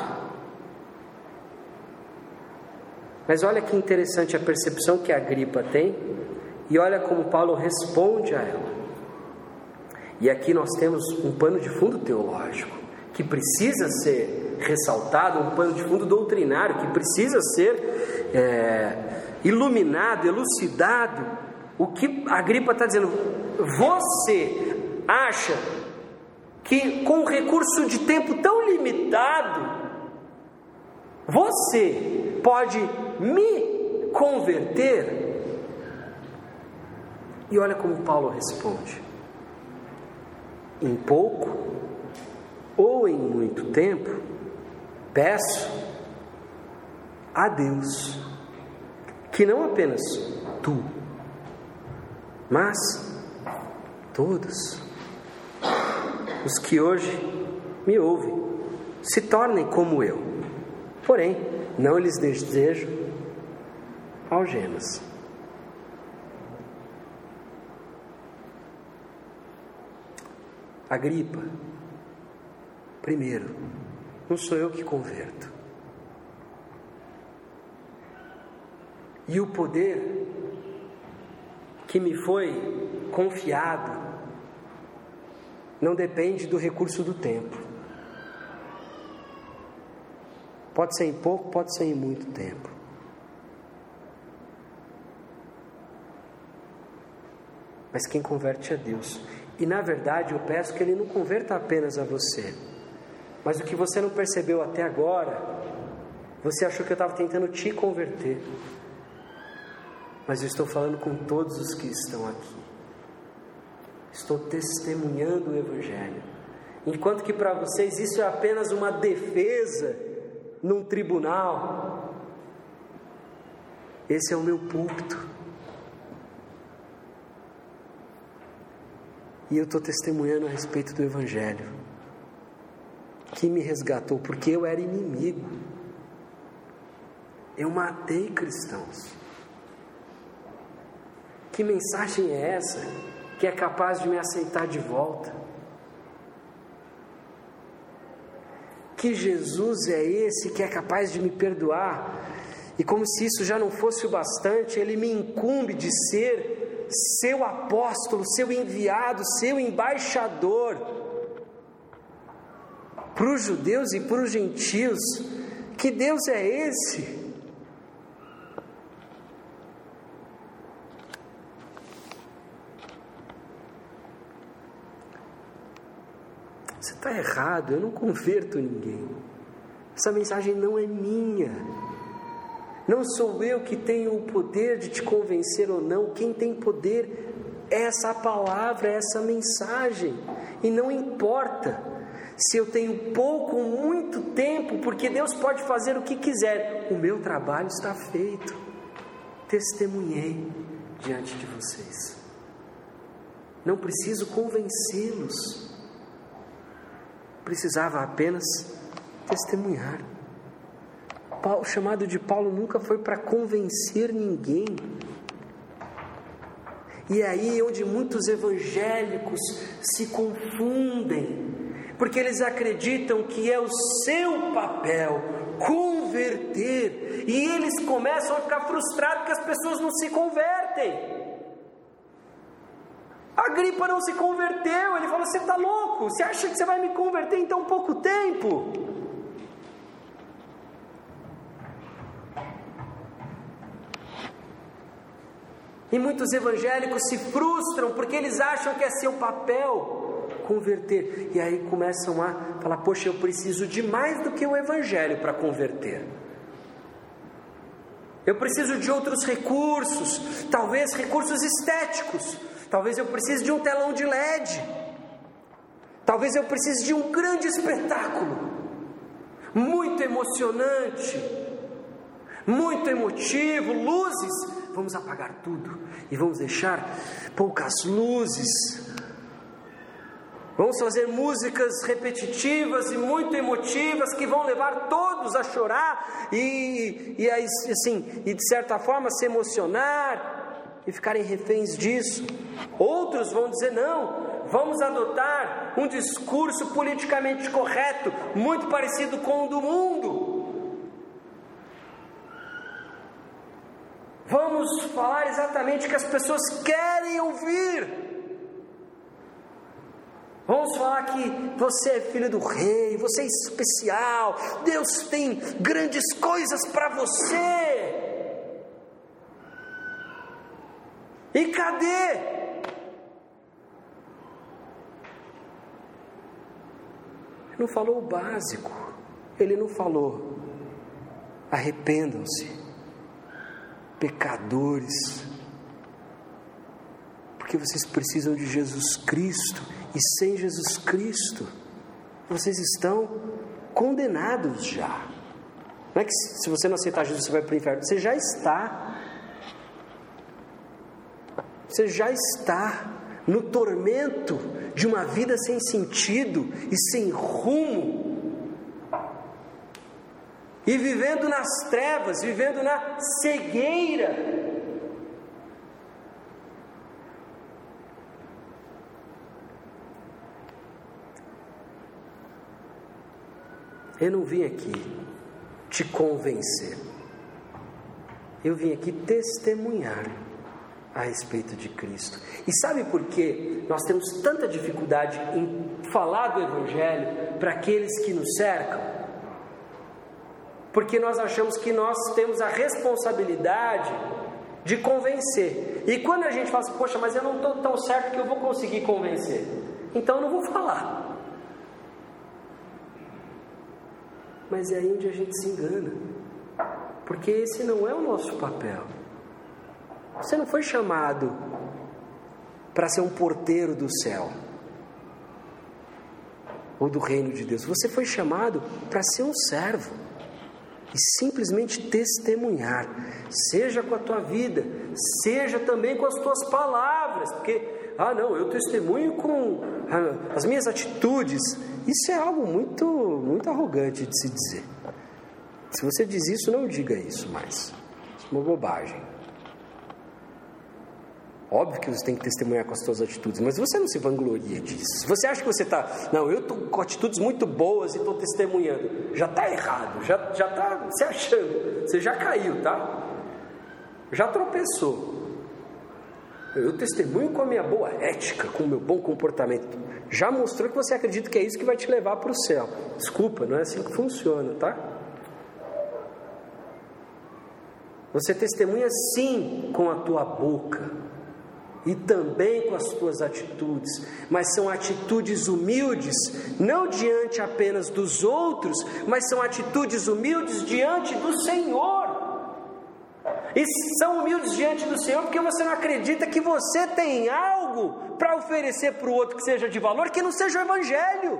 Mas olha que interessante a percepção que Agripa tem, e olha como Paulo responde a ela. E aqui nós temos um pano de fundo teológico, que precisa ser ressaltado, um pano de fundo doutrinário, que precisa ser iluminado, elucidado. O que Agripa está dizendo? Você acha que com um recurso de tempo tão limitado, você pode me converter? E olha como Paulo responde: em pouco ou em muito tempo, peço a Deus que não apenas tu, mas todos os que hoje me ouvem se tornem como eu, porém não lhes desejo algemas. Agripa, primeiro, não sou eu que converto. E o poder que me foi confiado não depende do recurso do tempo. Pode ser em pouco, pode ser em muito tempo. Mas quem converte é Deus. E na verdade eu peço que Ele não converta apenas a você, mas o que você não percebeu até agora, você achou que eu estava tentando te converter, mas eu estou falando com todos os que estão aqui. Estou testemunhando o Evangelho, enquanto que para vocês isso é apenas uma defesa num tribunal. Esse é o meu púlpito. E eu estou testemunhando a respeito do Evangelho, que me resgatou, porque eu era inimigo. Eu matei cristãos. Que mensagem é essa que é capaz de me aceitar de volta? Que Jesus é esse que é capaz de me perdoar? E como se isso já não fosse o bastante, Ele me incumbe de ser seu apóstolo, seu enviado, seu embaixador para os judeus e para os gentios. Que Deus é esse? Você está errado, eu não converto ninguém. Essa mensagem não é minha. Não sou eu que tenho o poder de te convencer ou não. Quem tem poder é essa palavra, é essa mensagem. E não importa se eu tenho pouco ou muito tempo, porque Deus pode fazer o que quiser. O meu trabalho está feito. Testemunhei diante de vocês. Não preciso convencê-los. Precisava apenas testemunhar. O chamado de Paulo nunca foi para convencer ninguém. E é aí onde muitos evangélicos se confundem, porque eles acreditam que é o seu papel converter, e eles começam a ficar frustrados que as pessoas não se convertem. Agripa não se converteu. Ele falou: você está louco? Você acha que você vai me converter em tão pouco tempo? E muitos evangélicos se frustram porque eles acham que é seu papel converter. E aí começam a falar: poxa, eu preciso de mais do que o evangelho para converter. Eu preciso de outros recursos, talvez recursos estéticos. Talvez eu precise de um telão de LED. Talvez eu precise de um grande espetáculo, muito emocionante. muito emotivo, luzes, vamos apagar tudo e vamos deixar poucas luzes. Vamos fazer músicas repetitivas e muito emotivas que vão levar todos a chorar e de certa forma se emocionar e ficarem reféns disso. Outros vão dizer: não, vamos adotar um discurso politicamente correto, muito parecido com o do mundo. Vamos falar exatamente o que as pessoas querem ouvir. Vamos falar que você é filho do rei, você é especial, Deus tem grandes coisas para você. E cadê? Ele não falou o básico, ele não falou: arrependam-se, pecadores, porque vocês precisam de Jesus Cristo. E sem Jesus Cristo, vocês estão condenados já. Não é que se você não aceitar Jesus, você vai para o inferno. Você já está. Você já está no tormento de uma vida sem sentido e sem rumo. E vivendo nas trevas, vivendo na cegueira. Eu não vim aqui te convencer. Eu vim aqui testemunhar a respeito de Cristo. E sabe por que nós temos tanta dificuldade em falar do Evangelho para aqueles que nos cercam? Porque nós achamos que nós temos a responsabilidade de convencer. E quando a gente fala assim: poxa, mas eu não estou tão certo que eu vou conseguir convencer, então eu não vou falar. Mas é aí onde a gente se engana, porque esse não é o nosso papel. Você não foi chamado para ser um porteiro do céu ou do reino de Deus. Você foi chamado para ser um servo e simplesmente testemunhar, seja com a tua vida, seja também com as tuas palavras, porque eu testemunho com as minhas atitudes. Isso é algo muito, muito arrogante de se dizer. Se você diz isso, não diga isso mais. Isso é uma bobagem. Óbvio que você tem que testemunhar com as suas atitudes, mas você não se vangloria disso. Se você acha que você está... Não, eu estou com atitudes muito boas e estou testemunhando. Já está errado, já está se achando. Você já caiu, tá? Já tropeçou. Eu testemunho com a minha boa ética, com o meu bom comportamento. Já mostrou que você acredita que é isso que vai te levar para o céu. Desculpa, não é assim que funciona, tá? Você testemunha sim com a tua boca e também com as tuas atitudes, mas são atitudes humildes, não diante apenas dos outros, mas são atitudes humildes diante do Senhor. E são humildes diante do Senhor porque você não acredita que você tem algo para oferecer para o outro que seja de valor, que não seja o Evangelho.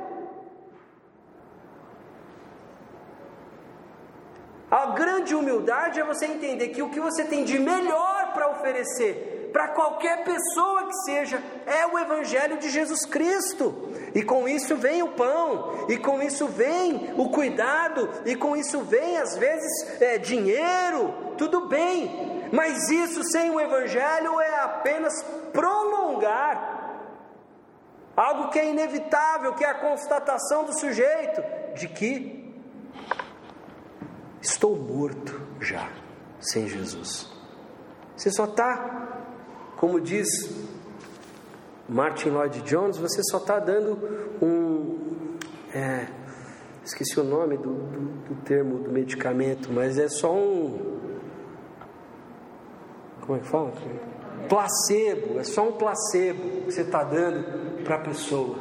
A grande humildade é você entender que o que você tem de melhor para oferecer para qualquer pessoa que seja é o Evangelho de Jesus Cristo. E com isso vem o pão, e com isso vem o cuidado, e com isso vem às vezes dinheiro, tudo bem, mas isso sem o Evangelho é apenas prolongar algo que é inevitável, que é a constatação do sujeito de que estou morto já sem Jesus. Você só está, como diz Martin Lloyd Jones, você só está dando esqueci o nome do termo do medicamento, mas é só como é que fala? Placebo, é só um placebo que você está dando para a pessoa.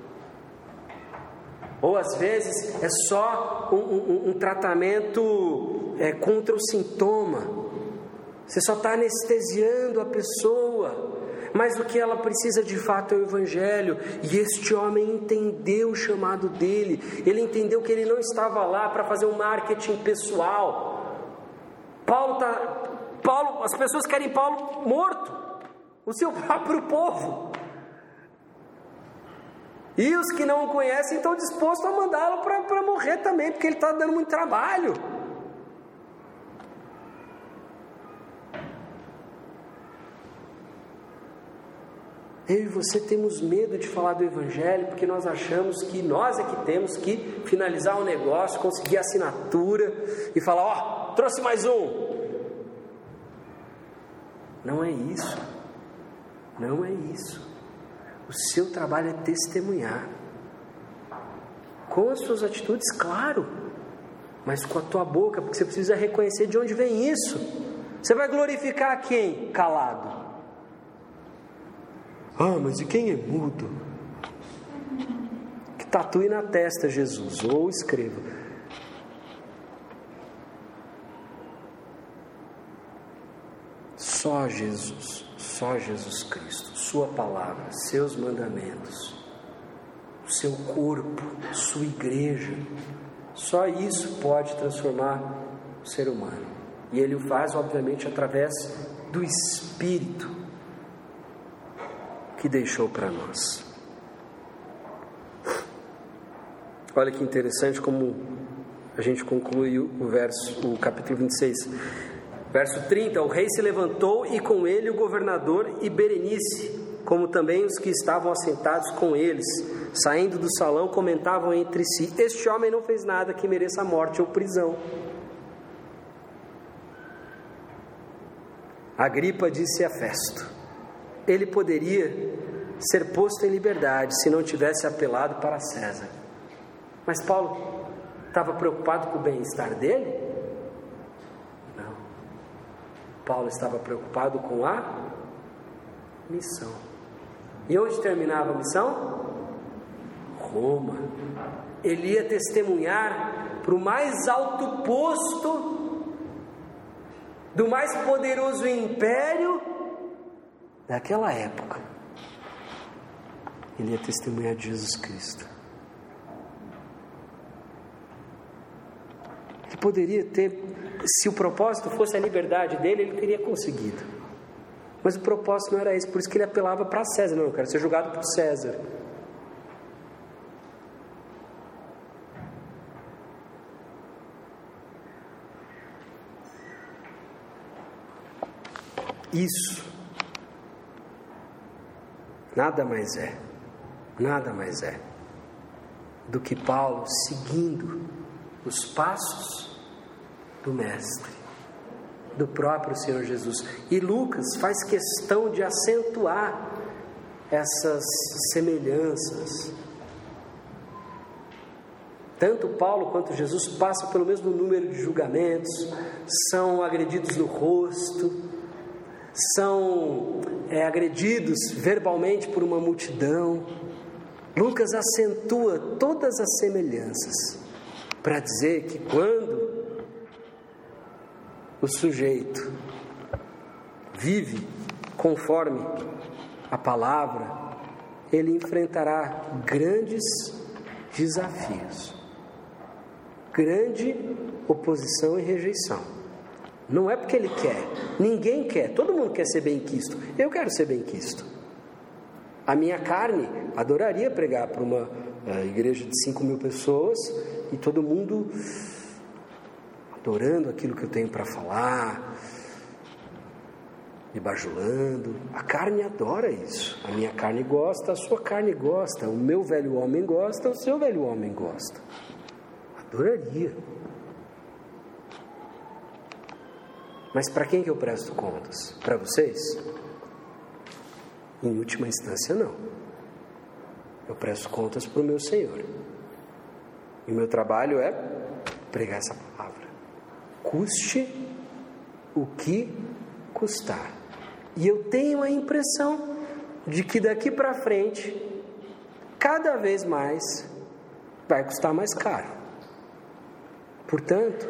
Ou às vezes é só um tratamento contra o sintoma. Você só está anestesiando a pessoa. Mas o que ela precisa de fato é o Evangelho. E este homem entendeu o chamado dele. Ele entendeu que ele não estava lá para fazer um marketing pessoal. As pessoas querem Paulo morto, o seu próprio povo. E os que não o conhecem estão dispostos a mandá-lo para morrer também, porque ele está dando muito trabalho. Eu e você temos medo de falar do Evangelho, porque nós achamos que nós é que temos que finalizar o negócio, conseguir a assinatura e falar, trouxe mais um. Não é isso. Não é isso. O seu trabalho é testemunhar. Com as suas atitudes, claro, mas com a tua boca, porque você precisa reconhecer de onde vem isso. Você vai glorificar quem? Calado. Mas e quem é mudo? Que tatue na testa Jesus, ou escreva. Só Jesus Cristo, sua palavra, seus mandamentos, o seu corpo, sua igreja, só isso pode transformar o ser humano. E ele o faz, obviamente, através do Espírito que deixou para nós. Olha que interessante como a gente conclui o capítulo 26. Verso 30, o rei se levantou e com ele o governador e Berenice, como também os que estavam assentados com eles, saindo do salão, comentavam entre si: este homem não fez nada que mereça morte ou prisão. Agripa disse a Festo: ele poderia ser posto em liberdade se não tivesse apelado para César. Mas Paulo estava preocupado com o bem-estar dele? Paulo estava preocupado com a missão. E onde terminava a missão? Roma. Ele ia testemunhar para o mais alto posto do mais poderoso império daquela época. Ele ia testemunhar de Jesus Cristo. Ele poderia ter, se o propósito fosse a liberdade dele, ele teria conseguido. Mas o propósito não era esse, por isso que ele apelava para César. Não, eu quero ser julgado por César. Isso nada mais é do que Paulo seguindo os passos do Mestre, do próprio Senhor Jesus. E Lucas faz questão de acentuar essas semelhanças. Tanto Paulo quanto Jesus passam pelo mesmo número de julgamentos, são agredidos no rosto, são agredidos verbalmente por uma multidão. Lucas acentua todas as semelhanças para dizer que quando o sujeito vive conforme a palavra, ele enfrentará grandes desafios, grande oposição e rejeição. Não é porque ele quer, ninguém quer, todo mundo quer ser bem-quisto. Eu quero ser bem-quisto. A minha carne adoraria pregar para uma igreja de 5.000 pessoas e todo mundo adorando aquilo que eu tenho para falar, me bajulando. A carne adora isso. A minha carne gosta, a sua carne gosta, o meu velho homem gosta, o seu velho homem gosta. Adoraria. Mas para quem que eu presto contas? Para vocês? Em última instância, não. Eu presto contas para o meu Senhor. E o meu trabalho é pregar essa palavra. Custe o que custar. E eu tenho a impressão de que daqui para frente, cada vez mais, vai custar mais caro. Portanto,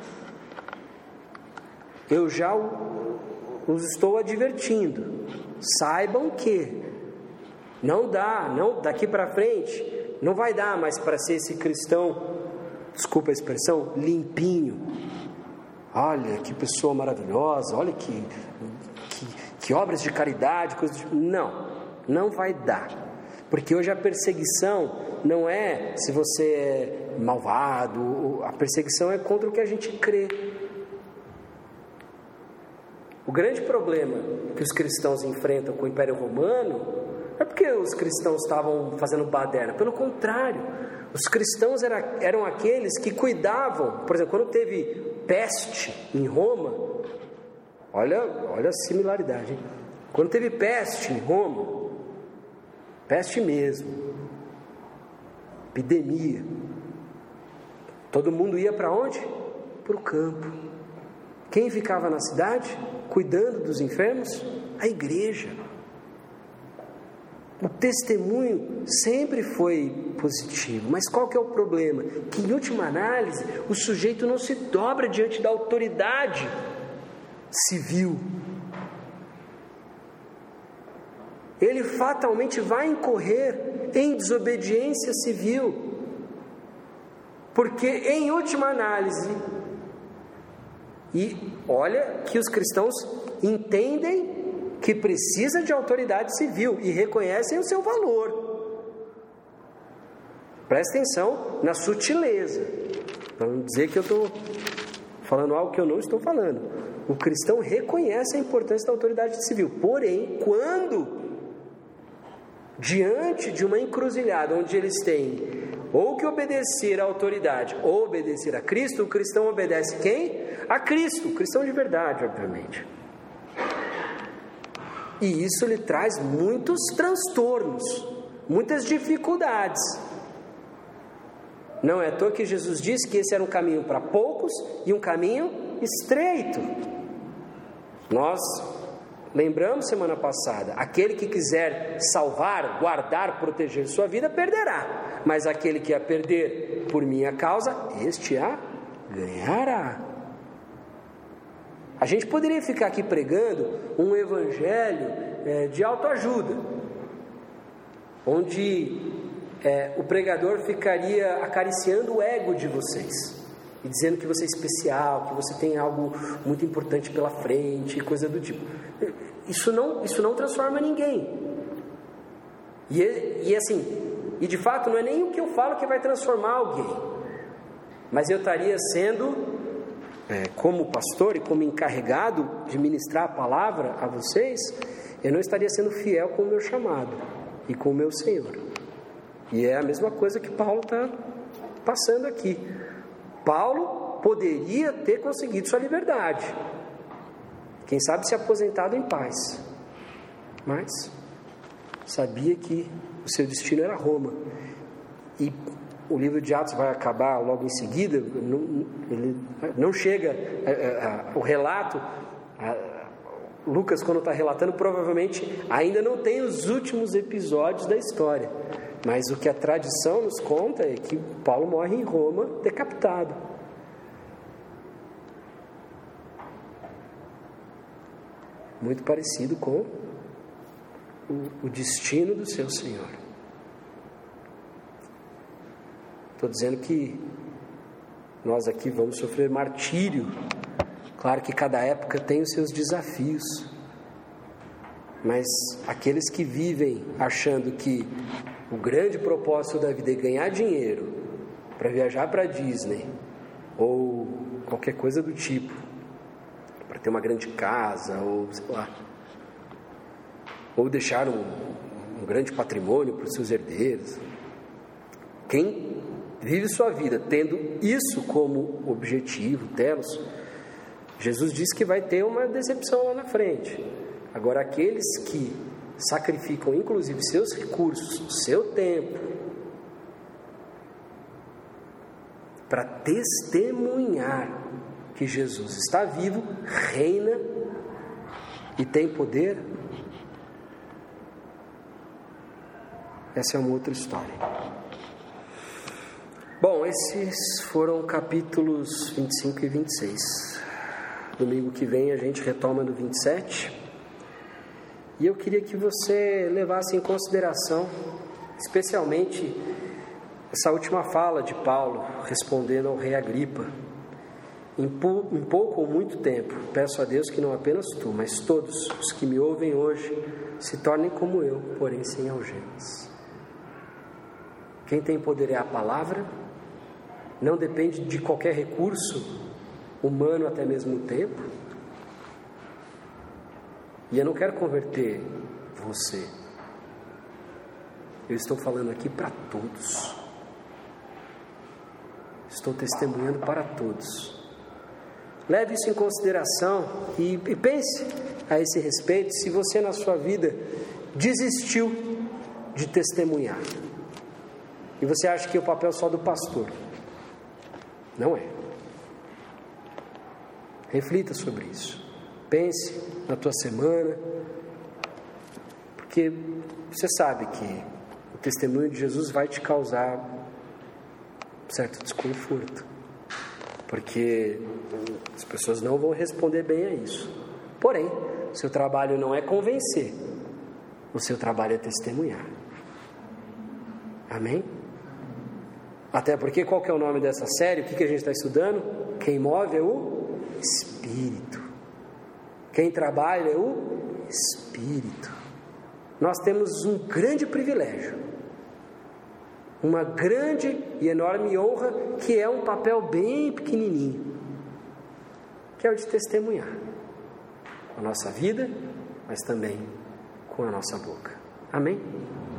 eu já os estou advertindo. Saibam que não dá, daqui para frente, não vai dar mais para ser esse cristão, desculpa a expressão, limpinho. olha que pessoa maravilhosa, olha que obras de caridade, coisas de... Não vai dar. Porque hoje a perseguição não é se você é malvado, a perseguição é contra o que a gente crê. O grande problema que os cristãos enfrentam com o Império Romano não é porque os cristãos estavam fazendo baderna, pelo contrário, os cristãos eram aqueles que cuidavam. Por exemplo, quando teve peste em Roma, olha a similaridade, hein? Quando teve peste em Roma, peste mesmo, epidemia, todo mundo ia para onde? Para o campo. Quem ficava na cidade cuidando dos enfermos? A igreja. O testemunho sempre foi positivo, mas qual que é o problema? Que em última análise o sujeito não se dobra diante da autoridade civil. Ele fatalmente vai incorrer em desobediência civil, porque em última análise, e olha que os cristãos entendem que precisa de autoridade civil e reconhecem o seu valor. Presta atenção na sutileza, para não dizer que eu estou falando algo que eu não estou falando. O cristão reconhece a importância da autoridade civil, porém, quando diante de uma encruzilhada onde eles têm ou que obedecer à autoridade ou obedecer a Cristo, o cristão obedece quem? A Cristo, o cristão de verdade, obviamente. E isso lhe traz muitos transtornos, muitas dificuldades. Não é à toa que Jesus disse que esse era um caminho para poucos e um caminho estreito. Nós lembramos semana passada, aquele que quiser salvar, guardar, proteger sua vida, perderá. Mas aquele que a perder por minha causa, este a ganhará. A gente poderia ficar aqui pregando um evangelho de autoajuda, onde o pregador ficaria acariciando o ego de vocês e dizendo que você é especial, que você tem algo muito importante pela frente, coisa do tipo. Isso não transforma ninguém. E de fato não é nem o que eu falo que vai transformar alguém, mas eu estaria sendo, como pastor e como encarregado de ministrar a palavra a vocês, eu não estaria sendo fiel com o meu chamado e com o meu Senhor. E é a mesma coisa que Paulo está passando aqui. Paulo poderia ter conseguido sua liberdade, quem sabe se aposentado em paz, mas sabia que o seu destino era Roma. E o livro de Atos vai acabar logo em seguida. Ele não chega o relato. Lucas, quando está relatando, provavelmente ainda não tem os últimos episódios da história, mas o que a tradição nos conta é que Paulo morre em Roma decapitado. Muito parecido com o destino do seu Senhor. Estou dizendo que nós aqui vamos sofrer martírio. Claro que cada época tem os seus desafios, mas aqueles que vivem achando que o grande propósito da vida é ganhar dinheiro para viajar para Disney ou qualquer coisa do tipo, para ter uma grande casa ou sei lá, ou deixar um grande patrimônio para os seus herdeiros. Quem vive sua vida tendo isso como objetivo, telos, Jesus disse que vai ter uma decepção lá na frente. Agora, aqueles que sacrificam inclusive seus recursos, seu tempo, para testemunhar que Jesus está vivo, reina e tem poder, essa é uma outra história. Bom, esses foram capítulos 25 e 26. Domingo que vem a gente retoma no 27. E eu queria que você levasse em consideração, especialmente, essa última fala de Paulo, respondendo ao rei Agripa. em pouco ou muito tempo, peço a Deus que não apenas tu, mas todos os que me ouvem hoje se tornem como eu, porém sem algemas. Quem tem poder é a palavra, não depende de qualquer recurso humano, até mesmo o tempo. E eu não quero converter você. Eu estou falando aqui para todos. Estou testemunhando para todos. Leve isso em consideração e pense a esse respeito se você na sua vida desistiu de testemunhar. E você acha que é o papel só do pastor. Não é. Reflita sobre isso. Pense na tua semana, porque você sabe que o testemunho de Jesus vai te causar um certo desconforto, porque as pessoas não vão responder bem a isso. Porém, seu trabalho não é convencer, o seu trabalho é testemunhar. Amém? Até porque qual que é o nome dessa série? O que a gente está estudando? Quem move é o Espírito. Quem trabalha é o Espírito. Nós temos um grande privilégio, uma grande e enorme honra, que é um papel bem pequenininho, que é o de testemunhar com a nossa vida, mas também com a nossa boca. Amém?